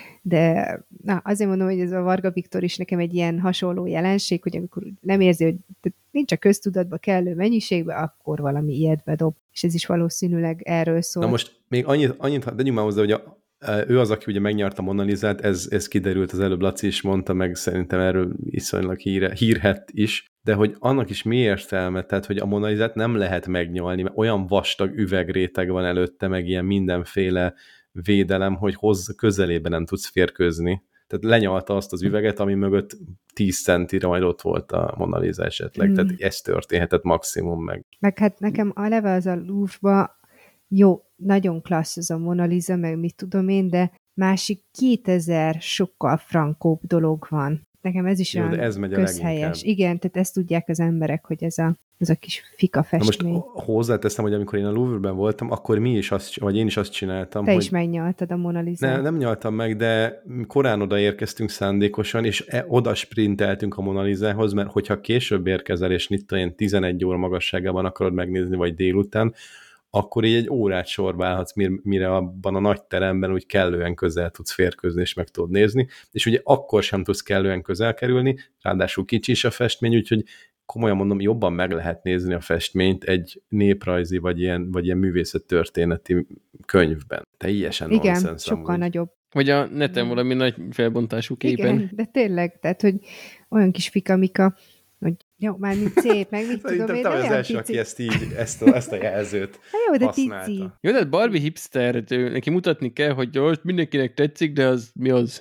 de na, azért mondom, hogy ez a Varga Viktor is nekem egy ilyen hasonló jelenség, hogy amikor nem érzi, hogy nincs a köztudatban kellő mennyiségben, akkor valami ilyet bedob. És ez is valószínűleg erről szól. Na most még annyit tegyünk már hozzá, hogy ő az, aki ugye megnyerte a Mona Lisát, ez kiderült, az előbb Laci is mondta, meg szerintem erről iszonylag hírhet is, de hogy annak is mi értelme, tehát hogy a Mona Lisát nem lehet megnyalni, mert olyan vastag üvegréteg van előtte, meg ilyen mindenféle védelem, hogy közelében nem tudsz férkőzni. Tehát lenyalta azt az üveget, ami mögött 10 centire majd ott volt a Mona Lisa esetleg, tehát ez történhetett maximum meg. Meg hát nekem eleve az a Louvre-ba jó, nagyon klassz az a Mona Lisa, meg mit tudom én, de másik 2000 sokkal frankóbb dolog van. Nekem ez is olyan közhelyes. Igen, tehát ezt tudják az emberek, hogy ez a kis fika festmény. Na most hozzáteszem, hogy amikor én a Louvre-ben voltam, akkor én is azt csináltam. Te is megnyaltad a Mona Lisát. Nem nyaltam meg, de korán odaérkeztünk szándékosan, és oda sprinteltünk a Mona Lisához, mert hogyha később érkezel, és 11 óra magasságában akarod megnézni, vagy délután, akkor így egy órát sorba mire abban a nagy teremben úgy kellően közel tudsz férkőzni, és meg tudod nézni, és ugye akkor sem tudsz kellően közel kerülni, ráadásul kicsi is a festmény, úgyhogy komolyan mondom, jobban meg lehet nézni a festményt egy néprajzi, vagy ilyen művészettörténeti könyvben. Teljesen nonsens. Igen, sokkal nagyobb. Vagy a neten valami nagy felbontású képen. Igen, de tényleg, tehát, hogy olyan kis fikamika, hogy jó, már mit szép, meg mit tudom én, de olyan az első, pici. Aki ezt a jelzőt jó, de használta. Pici. Jó, de Barbie hipster, neki mutatni kell, hogy most mindenkinek tetszik, de az mi az?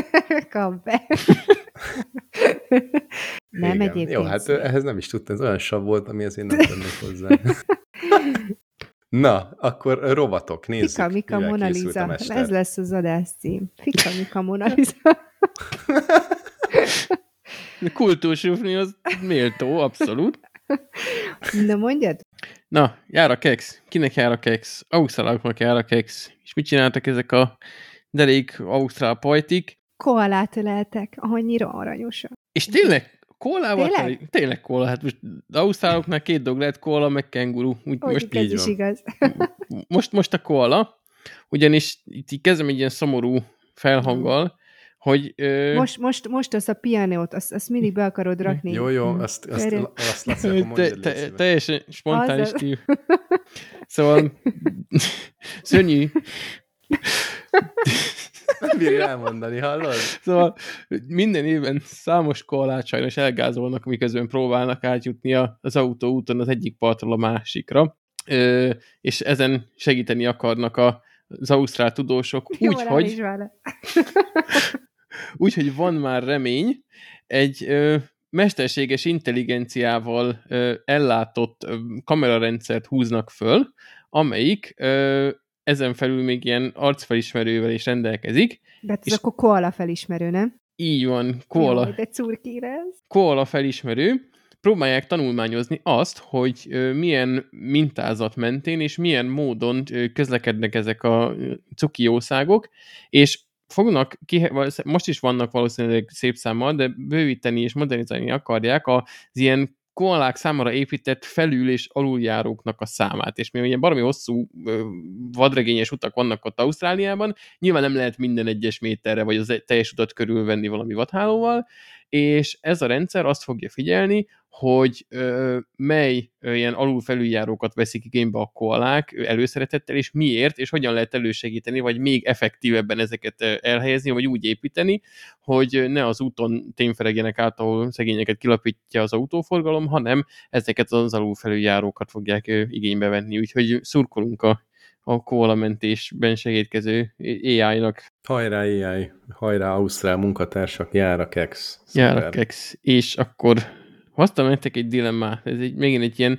Kap be. Nem, egyébként. Jó, hát ehhez nem is tudtam, ez olyan sav volt, amihez én nem tennék hozzá. Na, akkor rovatok, nézzük. Fika Mika Mona Lisa. Ez lesz az adás cím. Fika Mika Mona Lisa. Kultúrsúfni az méltó, abszolút. Na, mondjad? Na, jár a keksz. Kinek jár a keksz? Ausztráloknak jár a keksz. És mit csináltak ezek a derék ausztrál pajtik? Koalát öleltek, annyira aranyosak. És tényleg, kólával? Tényleg kóla. Hát most ausztráloknál 2 dolog lehet, kóla meg kenguru. Most így is igaz. most a kóla, ugyanis itt kezdem egy ilyen szomorú felhanggal, hogy... Most az a pianót, azt mindig be akarod rakni. Jó, azt Laci, akkor mondjad. Teljesen spontánis stíl. Szóval szörnyű. Nem bírja elmondani, hallod? Szóval minden évben számos koalát sajnos elgázolnak, miközben próbálnak átjutni az autóúton az egyik partról a másikra, és ezen segíteni akarnak az ausztrál tudósok, úgyhogy van már remény, egy mesterséges intelligenciával ellátott kamerarendszert húznak föl, amelyik ezen felül még ilyen arcfelismerővel is rendelkezik. De ez akkor koala felismerő, nem? Így van, koala. Jó, de curkíra ez. Koala felismerő. Próbálják tanulmányozni azt, hogy milyen mintázat mentén és milyen módon közlekednek ezek a cuki jószágok, és fognak, most is vannak valószínűleg szép számmal, de bővíteni és modernizálni akarják az ilyen koalák számára épített felül- és aluljáróknak a számát. És mivel ilyen baromi hosszú vadregényes utak vannak ott Ausztráliában, nyilván nem lehet minden egyes méterre, vagy az teljes utat körülvenni valami vadhálóval, és ez a rendszer azt fogja figyelni, hogy mely ilyen alul-felüljárókat veszik igénybe a koalák előszeretettel, és miért, és hogyan lehet elősegíteni, vagy még effektívebben ezeket elhelyezni, vagy úgy építeni, hogy ne az úton tényferegjenek át, ahol szegényeket kilapítja az autóforgalom, hanem ezeket az alul-felüljárókat fogják igénybe venni. Úgyhogy szurkolunk a koalamentésben segítkező AI-nak. Hajrá AI, hajrá Ausztrál munkatársak, jár a keks. Jár a keks. És akkor hoztam nektek egy dilemmát. Ez megint egy ilyen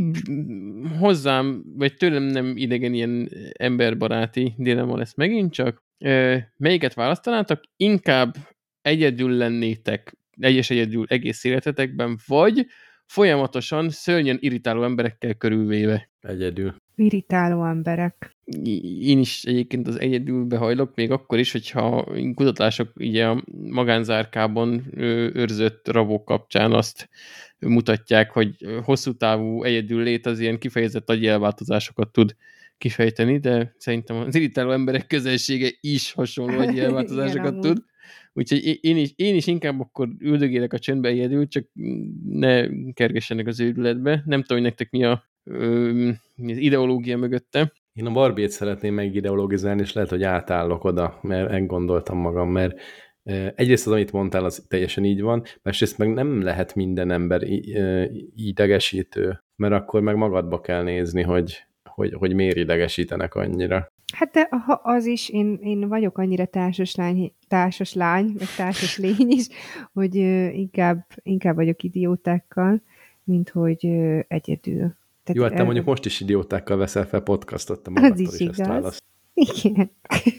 hozzám, vagy tőlem nem idegen ilyen emberbaráti dilemma lesz megint csak. Melyiket választanátok? Inkább egyedül lennétek, egyedül egész életetekben, vagy folyamatosan szörnyen irritáló emberekkel körülvéve? Egyedül. Irritáló emberek. Én is egyébként az egyedülbe hajlok, még akkor is, hogyha kutatások ugye a magánzárkában őrzött rabok kapcsán azt mutatják, hogy hosszú távú egyedül lét az ilyen kifejezett agyi elváltozásokat tud kifejteni, de szerintem az irritáló emberek közelsége is hasonló agyi elváltozásokat tud. Úgyhogy én is inkább akkor üldögélek a csöndbe egyedül, csak ne kergessenek az őrületbe. Nem tudom, hogy nektek mi az ideológia mögötte. Én a Barbie-t szeretném megideologizálni, és lehet, hogy átállok oda, mert meggondoltam magam, mert egyrészt az, amit mondtál, az teljesen így van, másrészt meg nem lehet minden ember idegesítő, mert akkor meg magadba kell nézni, hogy miért idegesítenek annyira. Hát de ha az is, én vagyok annyira társas lány, meg társas lény is, hogy inkább vagyok idiótákkal, mint hogy egyedül. Tehát jó, hát te mondjuk most is idiótákkal veszel fel podcastot, te magadtól is ezt választ. Igen.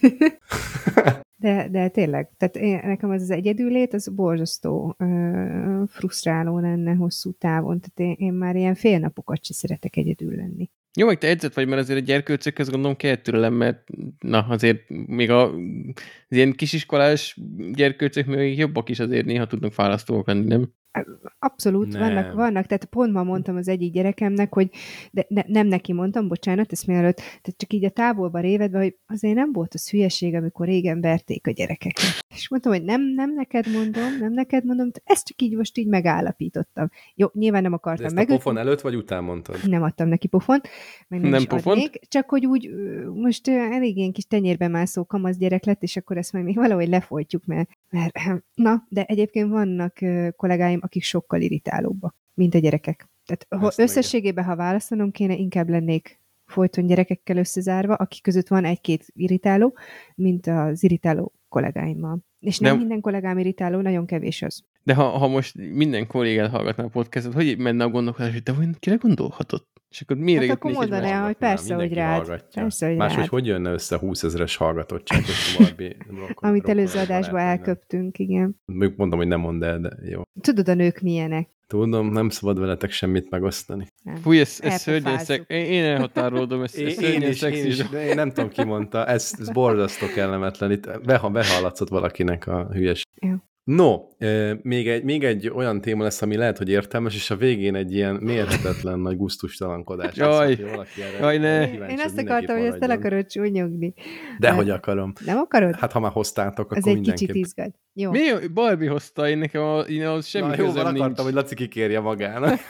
De tényleg, tehát nekem az egyedüllét, az borzasztó frusztráló lenne hosszú távon, tehát én már ilyen fél napokat sem szeretek egyedül lenni. Jó, meg te edzett vagy, mert azért a gyerkőcökhöz gondolom kell türelem, mert na, azért még az ilyen kisiskolás gyerkőcök még jobbak is azért néha tudnak fárasztóak lenni, nem? Abszolút, vannak, tehát pont ma mondtam az egyik gyerekemnek, hogy nem neki mondtam, bocsánat, ezt mielőtt, tehát csak így a távolba révedve, hogy azért nem volt az hülyeség, amikor régen verték a gyerekeket. És mondtam, hogy nem neked mondom, ezt csak így most így megállapítottam. Jó, nyilván nem akartam meg. De ezt a pofon előtt vagy után mondtad? Nem adtam neki pofont, meg nem is pofont? adnék, csak hogy úgy most elég ilyen kis tenyérbe mászó kamasz gyerek lett, és akkor ezt majd még valahogy lefolytjuk, mert na, de egyébként vannak kollégáim, akik sokkal irritálóbbak, mint a gyerekek. Tehát összességében, ha választanom kéne, inkább lennék folyton gyerekekkel összezárva, akik között van egy-két irritáló, mint az irritáló kollégáimmal. És nem minden kollégám irritáló, nagyon kevés az. De ha most minden kollégát hallgatná a podcastot, hogy menne a gondolkodás, hogy te kire gondolhatott? És akkor miért hát akkor mondaná, hogy persze, hogy rád. Máshogy hogy jönne össze 20 000-es hallgatottság, és a Barbie amit előző adásban elköptünk, igen. Mondom, hogy nem mondd el, de jó. Tudod, a nők milyenek? Tudom, nem szabad veletek semmit megosztani. Fúj, ez szörnyen én elhatárolódom, ez szörnyen szexis. Én nem tudom, ki mondta, ez borzasztó kellemetlen. Itt behallatszott valakinek a hülyeség. Ja. No, még egy olyan téma lesz, ami lehet, hogy értelmes, és a végén egy ilyen mérhetetlen nagy gusztustalankodás. Jaj, ne! Én azt akartam, hogy ezt el akarod csúnyogni. Dehogy akarom. Nem akarod? Hát ha már hoztátok, az akkor egy kicsit izgat. Jó. Barbie hozta, én nekem az semmi közöm nincs. Akartam, hogy Laci kikérje magának.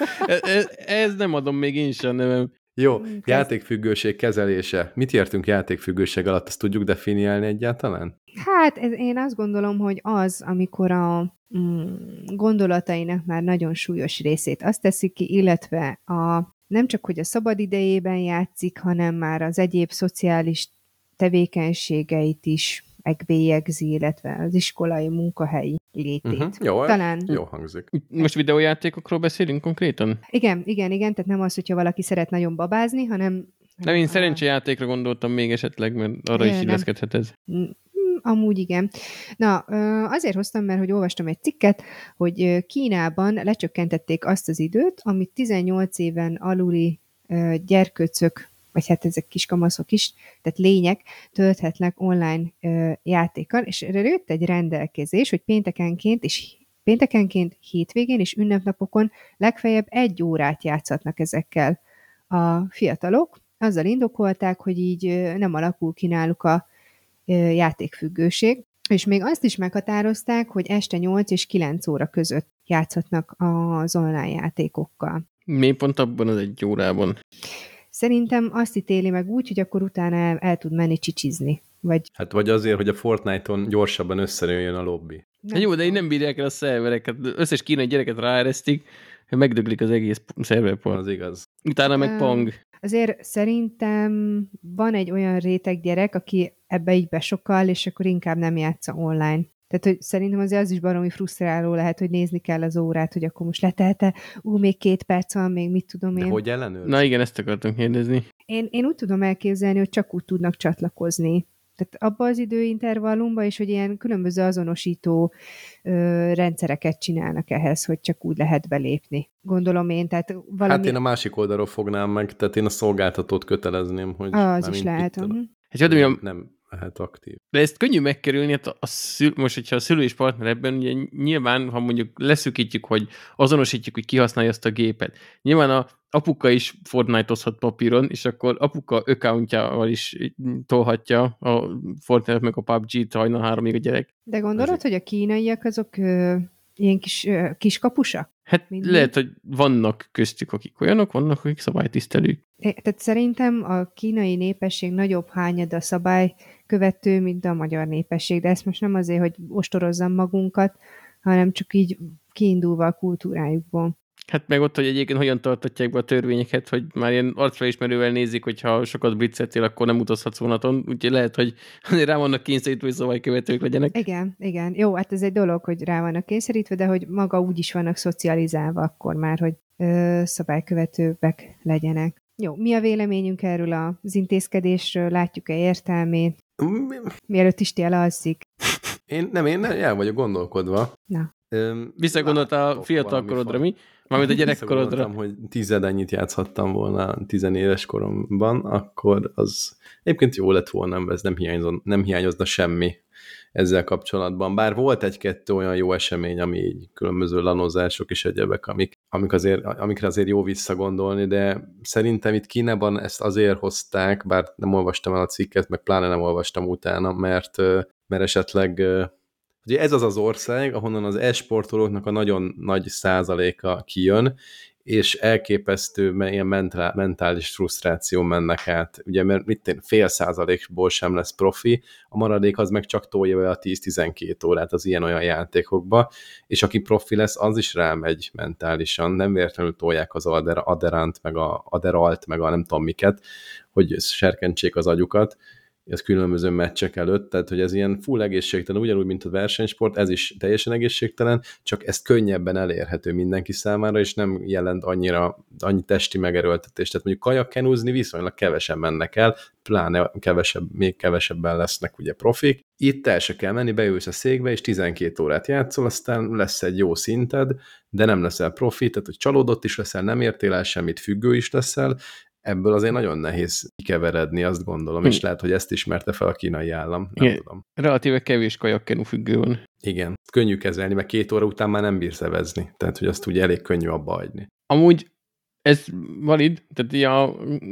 ez nem adom még én sem nevem. Jó, játékfüggőség kezelése. Mit értünk játékfüggőség alatt? Ezt tudjuk definiálni egyáltalán? Hát én azt gondolom, hogy az, amikor a gondolatainak már nagyon súlyos részét azt teszik ki, illetve nem csak, hogy a szabad idejében játszik, hanem már az egyéb szociális tevékenységeit is megbélyegzi, illetve az iskolai munkahelyi létét. Jó, jó hangzik. Most videójátékokról beszélünk konkrétan? Igen, tehát nem az, hogyha valaki szeret nagyon babázni, hanem... Nem, én szerencsejátékra gondoltam még esetleg, mert arra is illeszkedhet ez. Amúgy igen. Na, azért hoztam, mert hogy olvastam egy cikket, hogy Kínában lecsökkentették azt az időt, amit 18 éven aluli gyerkőcök, vagy hát ezek kiskamaszok is, tehát lények tölthetnek online játékkal, és erre jött egy rendelkezés, hogy péntekenként és péntekenként, hétvégén és ünnepnapokon legfeljebb 1 órát játszhatnak ezekkel a fiatalok. Azzal indokolták, hogy így nem alakul ki náluk a játékfüggőség, és még azt is meghatározták, hogy este 8 és 9 óra között játszhatnak az online játékokkal. Mi pont abban az 1 órában? Szerintem azt ítéli meg úgy, hogy akkor utána el tud menni csicsizni. Vagy azért, hogy a Fortnite-on gyorsabban összejöjjön a lobby. Jó, de így nem bírják el a szervereket. Összes kínai gyereket ráeresztik, hogy megdöglik az egész szerverpart. Az igaz. Utána meg pang. Azért szerintem van egy olyan réteg gyerek, aki ebbe így besokkal, és akkor inkább nem játsza online. Tehát, hogy szerintem azért az is baromi frusztráló lehet, hogy nézni kell az órát, hogy akkor most letelte, még 2 perc van, még mit tudom én. De hogy ellenőrz? Na igen, ezt akartam kérdezni. Én úgy tudom elképzelni, hogy csak úgy tudnak csatlakozni. Tehát abba az időintervallumban is, hogy ilyen különböző azonosító rendszereket csinálnak ehhez, hogy csak úgy lehet belépni. Gondolom én, tehát valami... Hát én a másik oldalról fognám meg, tehát én a szolgáltatót kötelezném, hogy... Az is lehet. Nem lehet aktív. De ezt könnyű megkerülni, hát most, hogyha a szülő és partner ebben, ugye nyilván, ha mondjuk leszűkítjük, hogy azonosítjuk, hogy kihasználja azt a gépet. Nyilván a apuka is Fortnite-ozhat papíron, és akkor apuka accountjával is tolhatja a Fortnite meg a PUBG-t hajnal 3-ig a gyerek. De gondolod, hogy a kínaiak azok ilyen kis kapusak? Hát lehet, hogy vannak köztük, akik olyanok, vannak, akik szabálytisztelők. Tehát szerintem a kínai népesség nagyobb hányada szabálykövető, mint a magyar népesség, de ezt most nem azért, hogy ostorozzam magunkat, hanem csak így kiindulva a kultúrájukból. Hát meg ott, hogy egyébként hogyan tartatják be a törvényeket, hogy már ilyen arcfelismerővel nézik, hogyha sokat blitzeltél, akkor nem utazhatsz vonaton, úgyhogy lehet, hogy rá vannak kényszerítve, hogy szabálykövetők legyenek. Igen. Jó, hát ez egy dolog, hogy rá vannak kényszerítve, de hogy maga úgy is vannak szocializálva akkor már, hogy szabálykövetőbbek legyenek. Jó, mi a véleményünk erről az intézkedésről? Látjuk-e értelmét? Mielőtt Isti elalszik. Én el vagyok gondolkodva. Na. Visszagondoltál a fiatal korodra, mi? Mármint a gyerekkorodra. Hogy 10 ennyit játszhattam volna 10 éves koromban, akkor az egyébként jó lett volna, ez nem hiányozna semmi ezzel kapcsolatban. Bár volt 1-2 olyan jó esemény, ami így különböző lanozások és egyebek, amikre azért jó visszagondolni, de szerintem itt Kínában ezt azért hozták, bár nem olvastam el a cikket, meg pláne nem olvastam utána, mert esetleg ugye ez az ország, ahonnan az e-sportolóknak a nagyon nagy százaléka kijön, és elképesztő ilyen mentális frusztráció mennek át. Ugye, mert fél százalékból sem lesz profi, a maradék az meg csak tolja be a 10-12 órát az ilyen-olyan játékokba, és aki profi lesz, az is rámegy mentálisan, nem véletlenül tolják az Aderant, meg a Aderalt, meg a nem tudom miket, hogy serkentsék az agyukat, ez különböző meccsek előtt, tehát hogy ez ilyen full egészségtelen, ugyanúgy, mint a versenysport, ez is teljesen egészségtelen, csak ezt könnyebben elérhető mindenki számára, és nem jelent annyi testi megerőltetést. Tehát mondjuk kajakkenúzni viszonylag kevesen mennek el, pláne még kevesebben lesznek ugye profik. Itt el se kell menni, beülsz a székbe, és 12 órát játszol, aztán lesz egy jó szinted, de nem leszel profi, tehát hogy csalódott is leszel, nem értél el semmit, függő is leszel, ebből azért nagyon nehéz kikeveredni, azt gondolom, és lehet, hogy ezt ismerte fel a kínai állam, nem tudom. Relatíve kevés kajakkenu függő van. Igen, könnyű kezelni, mert 2 óra után már nem bírsz evezni, tehát hogy azt ugye elég könnyű abba hagyni. Amúgy ez valid, tehát a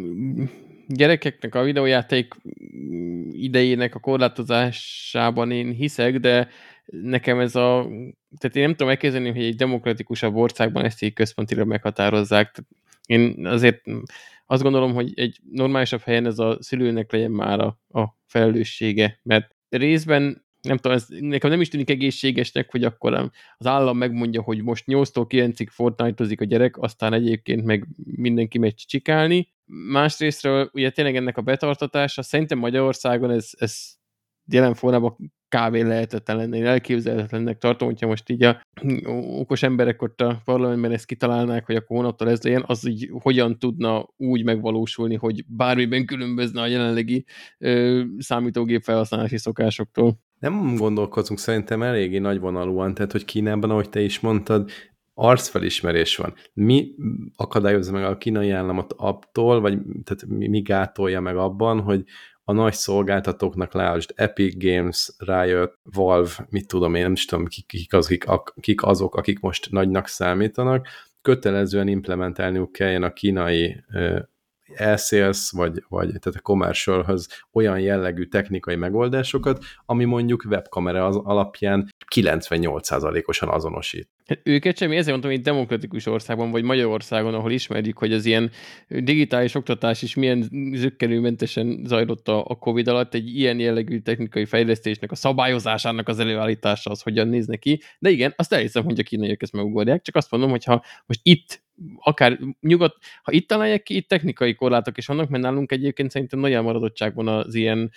gyerekeknek a videójáték idejének a korlátozásában én hiszek, de nekem tehát én nem tudom elképzelni, hogy egy demokratikusabb országban ezt így központilag meghatározzák. Tehát én azért azt gondolom, hogy egy normálisabb helyen ez a szülőnek legyen már a felelőssége, mert részben nem tudom, ez nekem nem is tűnik egészségesnek, hogy akkor az állam megmondja, hogy most 8-tól 9-ig Fortnite-ozik a gyerek, aztán egyébként meg mindenki megy csikálni. Másrésztről ugye tényleg ennek a betartatása, szerintem Magyarországon ez jelen formában kávé lehetetlen lenne. Én elképzelhetetlennek tartom, hogyha most így a okos emberek ott a parlamentben ezt kitalálnák, hogy akkor hónaptól ez legyen, az így hogyan tudna úgy megvalósulni, hogy bármiben különbözne a jelenlegi számítógép felhasználási szokásoktól. Nem gondolkozunk szerintem eléggé nagyvonalúan, tehát hogy Kínában, ahogy te is mondtad, arcfelismerés van. Mi akadályozza meg a kínai államot attól, vagy tehát mi gátolja meg abban, hogy a nagy szolgáltatóknak, lásd, Epic Games, Riot, Valve, mit tudom én, nem is tudom, kik azok, akik most nagynak számítanak, kötelezően implementálniuk kelljen a kínai e-sales, vagy tehát a commercialhoz olyan jellegű technikai megoldásokat, ami mondjuk webkamera alapján 98%-osan azonosít. Hát őket semmi, ezért mondtam, hogy egy demokratikus országban, vagy Magyarországon, ahol ismerjük, hogy az ilyen digitális oktatás is milyen zökkenőmentesen zajlott a Covid alatt, egy ilyen jellegű technikai fejlesztésnek, a szabályozásának az előállítása az hogyan néz neki. De igen, azt elhiszem, hogy a kínaiak ezt megugorják, csak azt mondom, hogy ha most itt akár ha itt találják ki, itt technikai korlátok is vannak, mert nálunk egyébként szerintem nagy elmaradottságban az ilyen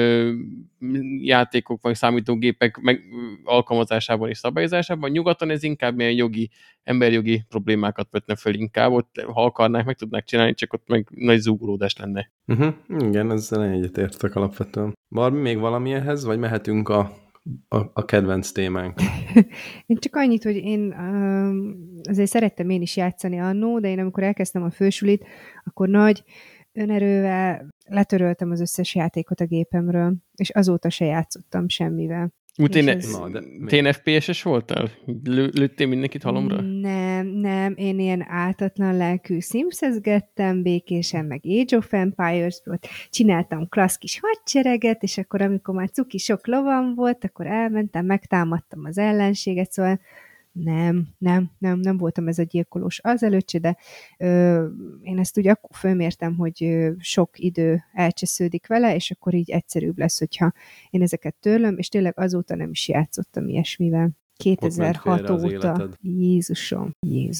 játékok vagy számítógépek alkalmazásában és szabályozásában. Nyugaton ez inkább ilyen emberjogi problémákat vetne föl inkább, ott, ha akarnák, meg tudnák csinálni, csak ott meg nagy zúgolódás lenne. Igen, ezzel egyetértek alapvetően. Barbie, még valamilyenhez, vagy mehetünk a kedvenc témánk? Én csak annyit, hogy én azért szerettem én is játszani annó, de én amikor elkezdtem a fősulit, akkor nagy önerővel letöröltem az összes játékot a gépemről, és azóta se játszottam semmivel. Te FPS-es voltál? Lőttél mindenkit halomra? Nem, én ilyen áltatlan lelkű Simsezgettem békésen, meg Age of Empires volt, csináltam klassz kis hadsereget, és akkor amikor már cuki sok lovam volt, akkor elmentem, megtámadtam az ellenséget, szóval nem voltam ez a gyilkolós azelőtt, de én ezt ugye akkor fölmértem, hogy sok idő elcsesződik vele, és akkor így egyszerűbb lesz, hogyha én ezeket törlöm, és tényleg azóta nem is játszottam ilyesmivel. 2006 óta. Jézusom.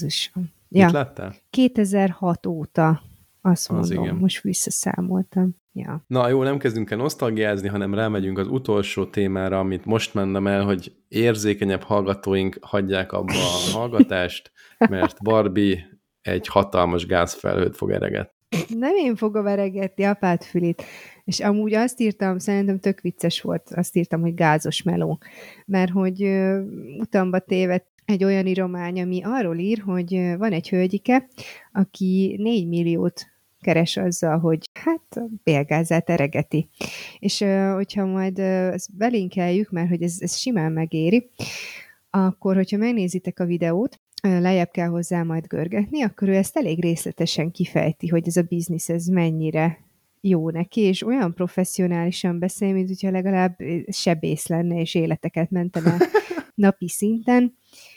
Ja. Mit láttál? 2006 óta, azt mondom, igen. Most visszaszámoltam. Ja. Na jó, nem kezdünk el nosztalgiázni, hanem rámegyünk az utolsó témára, amit most mennem el, hogy érzékenyebb hallgatóink hagyják abba a hallgatást, mert Barbie egy hatalmas gázfelhőt fog eregetni. Nem én fogom eregetni apát fülét. És amúgy azt írtam, szerintem tök vicces volt, azt írtam, hogy gázos meló. Mert hogy utamba tévedt egy olyan íromány, ami arról ír, hogy van egy hölgyike, aki 4 milliót keres azzal, hogy hát bélgázát eregeti. És hogyha majd ezt belinkeljük, mert hogy ez simán megéri, akkor hogyha megnézitek a videót, lejjebb kell hozzá majd görgetni, akkor ő ezt elég részletesen kifejti, hogy ez a biznisz ez mennyire jó neki, és olyan professzionálisan beszél, mint hogyha legalább sebész lenne, és életeket mentene napi szinten.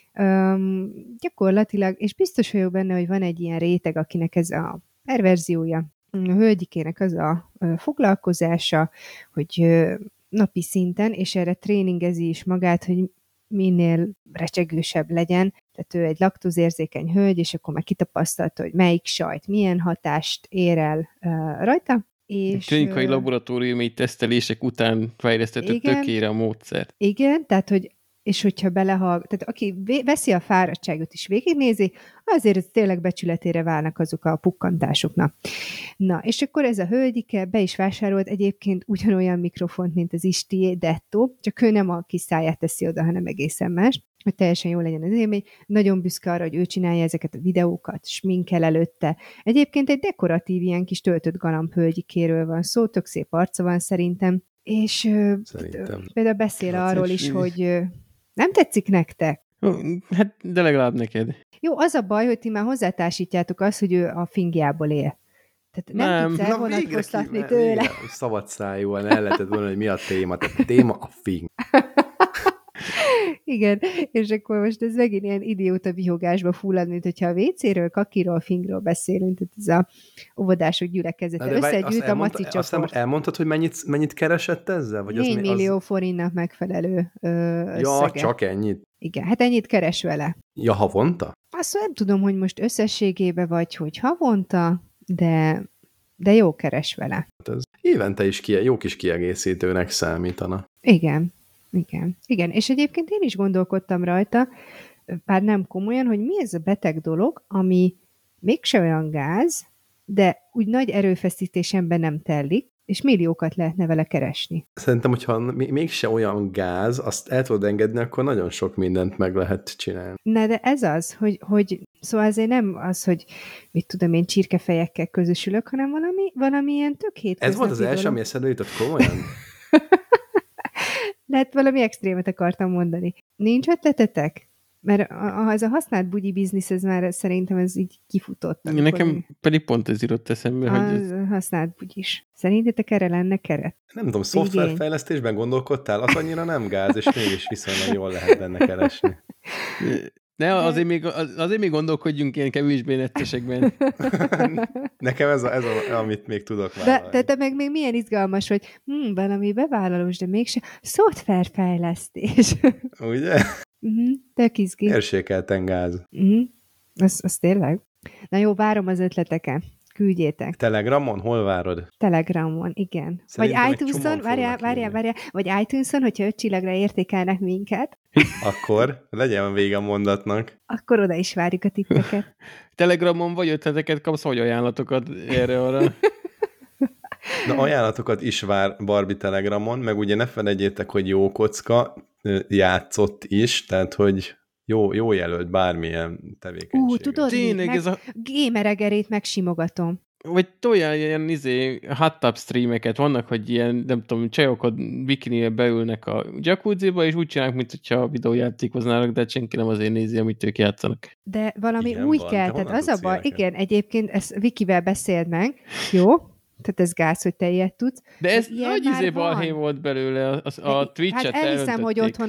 Gyakorlatilag, és biztos vagyok benne, hogy van egy ilyen réteg, akinek ez a perverziója, a hölgyikének az a foglalkozása, hogy napi szinten, és erre tréningezi is magát, hogy minél recsegősebb legyen. Tehát ő egy laktózérzékeny hölgy, és akkor már kitapasztalta, hogy melyik sajt milyen hatást ér el rajta. És klinikai laboratóriumi tesztelések után fejlesztett tökére a módszert. Igen, tehát hogy és hogyha tehát aki veszi a fáradtságot és végignézi, azért ez tényleg becsületére válnak azok a pukkantásoknak. Na, és akkor ez a hölgyike be is vásárolt egyébként ugyanolyan mikrofont, mint az Istié Detto, csak ő nem a kis száját teszi oda, hanem egészen más, hogy teljesen jó legyen az élmény. Nagyon büszke arra, hogy ő csinálja ezeket a videókat, sminkel előtte. Egyébként egy dekoratív ilyen kis töltött galamb hölgyikéről van szó, tök szép arca van szerintem, és például beszél arról is, hogy nem tetszik nektek? Hát, de legalább neked. Jó, az a baj, hogy ti már hozzátársítjátok azt, hogy ő a fingjából él. Tehát nem tudsz elvonatkoztatni tőle. Szabad szájúan el lehetett volna, hogy mi a téma. Tehát a téma a fing. Igen, és akkor most ez megint ilyen idióta vihogásba fullad, mint hogyha a WC-ről, kakiról, fingról beszélünk, tehát ez a óvodások gyülekezete. Összegyűlt a maci csoport. Azt elmondtad, hogy mennyit keresett ezzel? Vagy 4 millió forintnak megfelelő összege. Ja, csak ennyit? Igen, hát ennyit keres vele. Ja, havonta? Azt nem tudom, hogy most összességében vagy, hogy havonta, de jó keres vele. Hát ez évente is jó kis kiegészítőnek számítana. Igen. És egyébként én is gondolkodtam rajta, bár nem komolyan, hogy mi ez a beteg dolog, ami mégse olyan gáz, de úgy nagy erőfeszítésemben nem tellik, És milliókat lehetne vele keresni. Szerintem, hogyha mégse olyan gáz, azt el tudod engedni, akkor nagyon sok mindent meg lehet csinálni. Na, de ez az, hogy szóval azért nem az, hogy mit tudom én, csirkefejekkel közösülök, hanem valami ilyen tök hétköznapi. Ez volt az első, ami eszedbe jutott komolyan? Lehet valami extrémet akartam mondani. Nincs ötletetek? Mert ez a használt bugyi biznisz, ez már szerintem ez így kifutott. Nekem pedig pont ez jutott eszembe, hogy ez... használt bugyis. Szerintetek erre lenne keret? Nem tudom, szoftverfejlesztésben gondolkodtál? Az annyira nem gáz, és mégis viszonylag jól lehet benne keresni. Ne, azért még gondolkodjunk ilyen kevésbé nettesekben. Nekem ez amit még tudok vállalni. De te meg még milyen izgalmas, hogy valami bevállalós, de mégse szoftverfejlesztés. Ugye? Tök izgi. Érsékelten gáz. Az tényleg. Na jó, várom az ötleteket. Küldjétek. Telegramon? Hol várod? Telegramon, igen. Szerintem vagy iTunes-on, várjál, vagy iTunes-on, hogyha 5 csillagra értékelnek minket. Akkor legyen vége a mondatnak. Akkor oda is várjuk a tippeket. Telegramon vagy ötleteket kapsz, vagy ajánlatokat erre-arra. Na, ajánlatokat is vár Barbie Telegramon, meg ugye ne felejtjétek, hogy jó kocka játszott is, tehát hogy jó jelölt bármilyen tevékenység. Tudod, tényleg ez a gameregerét megsimogatom. Vagy toljál ilyen hot tub streameket, vannak, hogy ilyen, nem tudom, csajok bikinivel beülnek a jacuzziba, és úgy csinálnak, mint hogyha a videójátékoznának, de senki nem azért nézi, amit ők játszanak. De valami igen, új kell, tehát az a baj, igen, egyébként ezt Vikivel beszéld meg, jó? Tehát ez gáz, hogy te ilyet tudsz. De ez nagy balhé volt belőle, a Twitch-et hát elhiszem, hogy otthon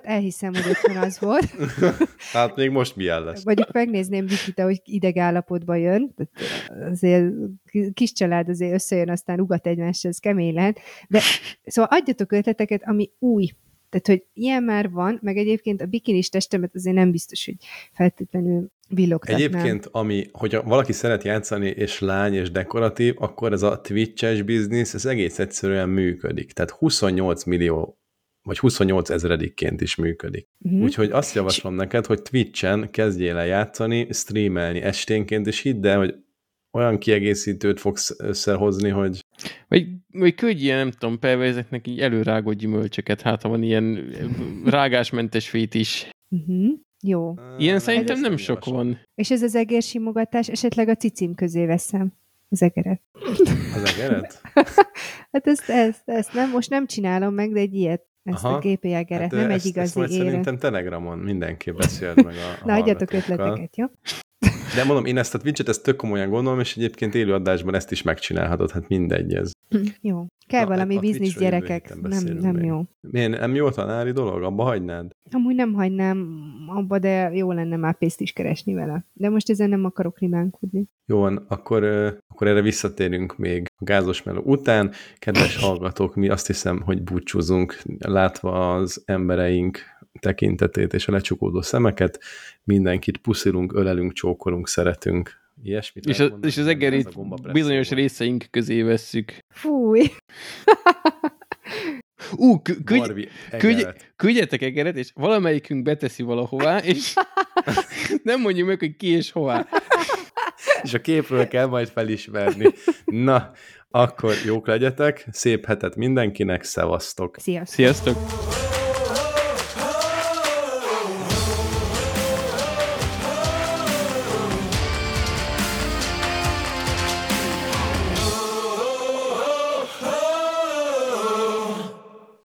az volt. Hát még most milyen lesz? Mondjuk megnézném Vikita, hogy idegállapotba jön. Azért kis család azért összejön, aztán ugat egymásra, ez kemény lehet. De szóval adjatok ötleteket, ami új. Tehát, hogy ilyen már van, meg egyébként a bikinis testemet azért nem biztos, hogy feltétlenül villogtatnám. Egyébként, hogyha valaki szeret játszani, és lány, és dekoratív, akkor ez a Twitch-es biznisz, ez egész egyszerűen működik. Tehát 28 millió, vagy 28 ezredikként is működik. Úgyhogy azt javaslom neked, hogy Twitch-en kezdjél el játszani, streamelni esténként, és hidd el, hogy olyan kiegészítőt fogsz összehozni, hogy... Vagy küldj ilyen, nem tudom, perverzeknek így előrágott gyümölcsöket, hát ha van ilyen rágásmentes fét is. Jó. Ilyen szerintem nem sok van. És ez az egérsimogatás, esetleg a cicim közé veszem az egeret. Az egeret? Hát ezt nem, most nem csinálom meg, de egy ilyet. Ezt a gépjegeret, hát nem egy igazi élő. Szerintem Telegramon mindenki beszélt meg a Na, adjatok ötleteket, jó? De mondom, én ezt a Twitch-et ezt tök komolyan gondolom, és egyébként élőadásban ezt is megcsinálhatod, hát mindegy ez. Jó. Kell valami biznisz, gyerekek. Nem jó. Miért nem jó a tanári dolog? Abba hagynád? Amúgy nem hagynám abba, de jó lenne már pénzt is keresni vele. De most ezen nem akarok rimánkodni. Jó van, akkor erre visszatérünk még a gázos meló után. Kedves hallgatók, mi azt hiszem, hogy búcsúzunk, látva az embereink tekintetét és a lecsukódó szemeket. Mindenkit puszilunk, ölelünk, csókolunk, szeretünk. Ilyesmit és az egerét bizonyos részeink közé vesszük. Fúj! Küldjetek egeret, és valamelyikünk beteszi valahová, és nem mondjuk meg, hogy ki és hová. És a képről kell majd felismerni. Na, akkor jók legyetek, szép hetet mindenkinek, szevasztok! Sziasztok! Sziasztok.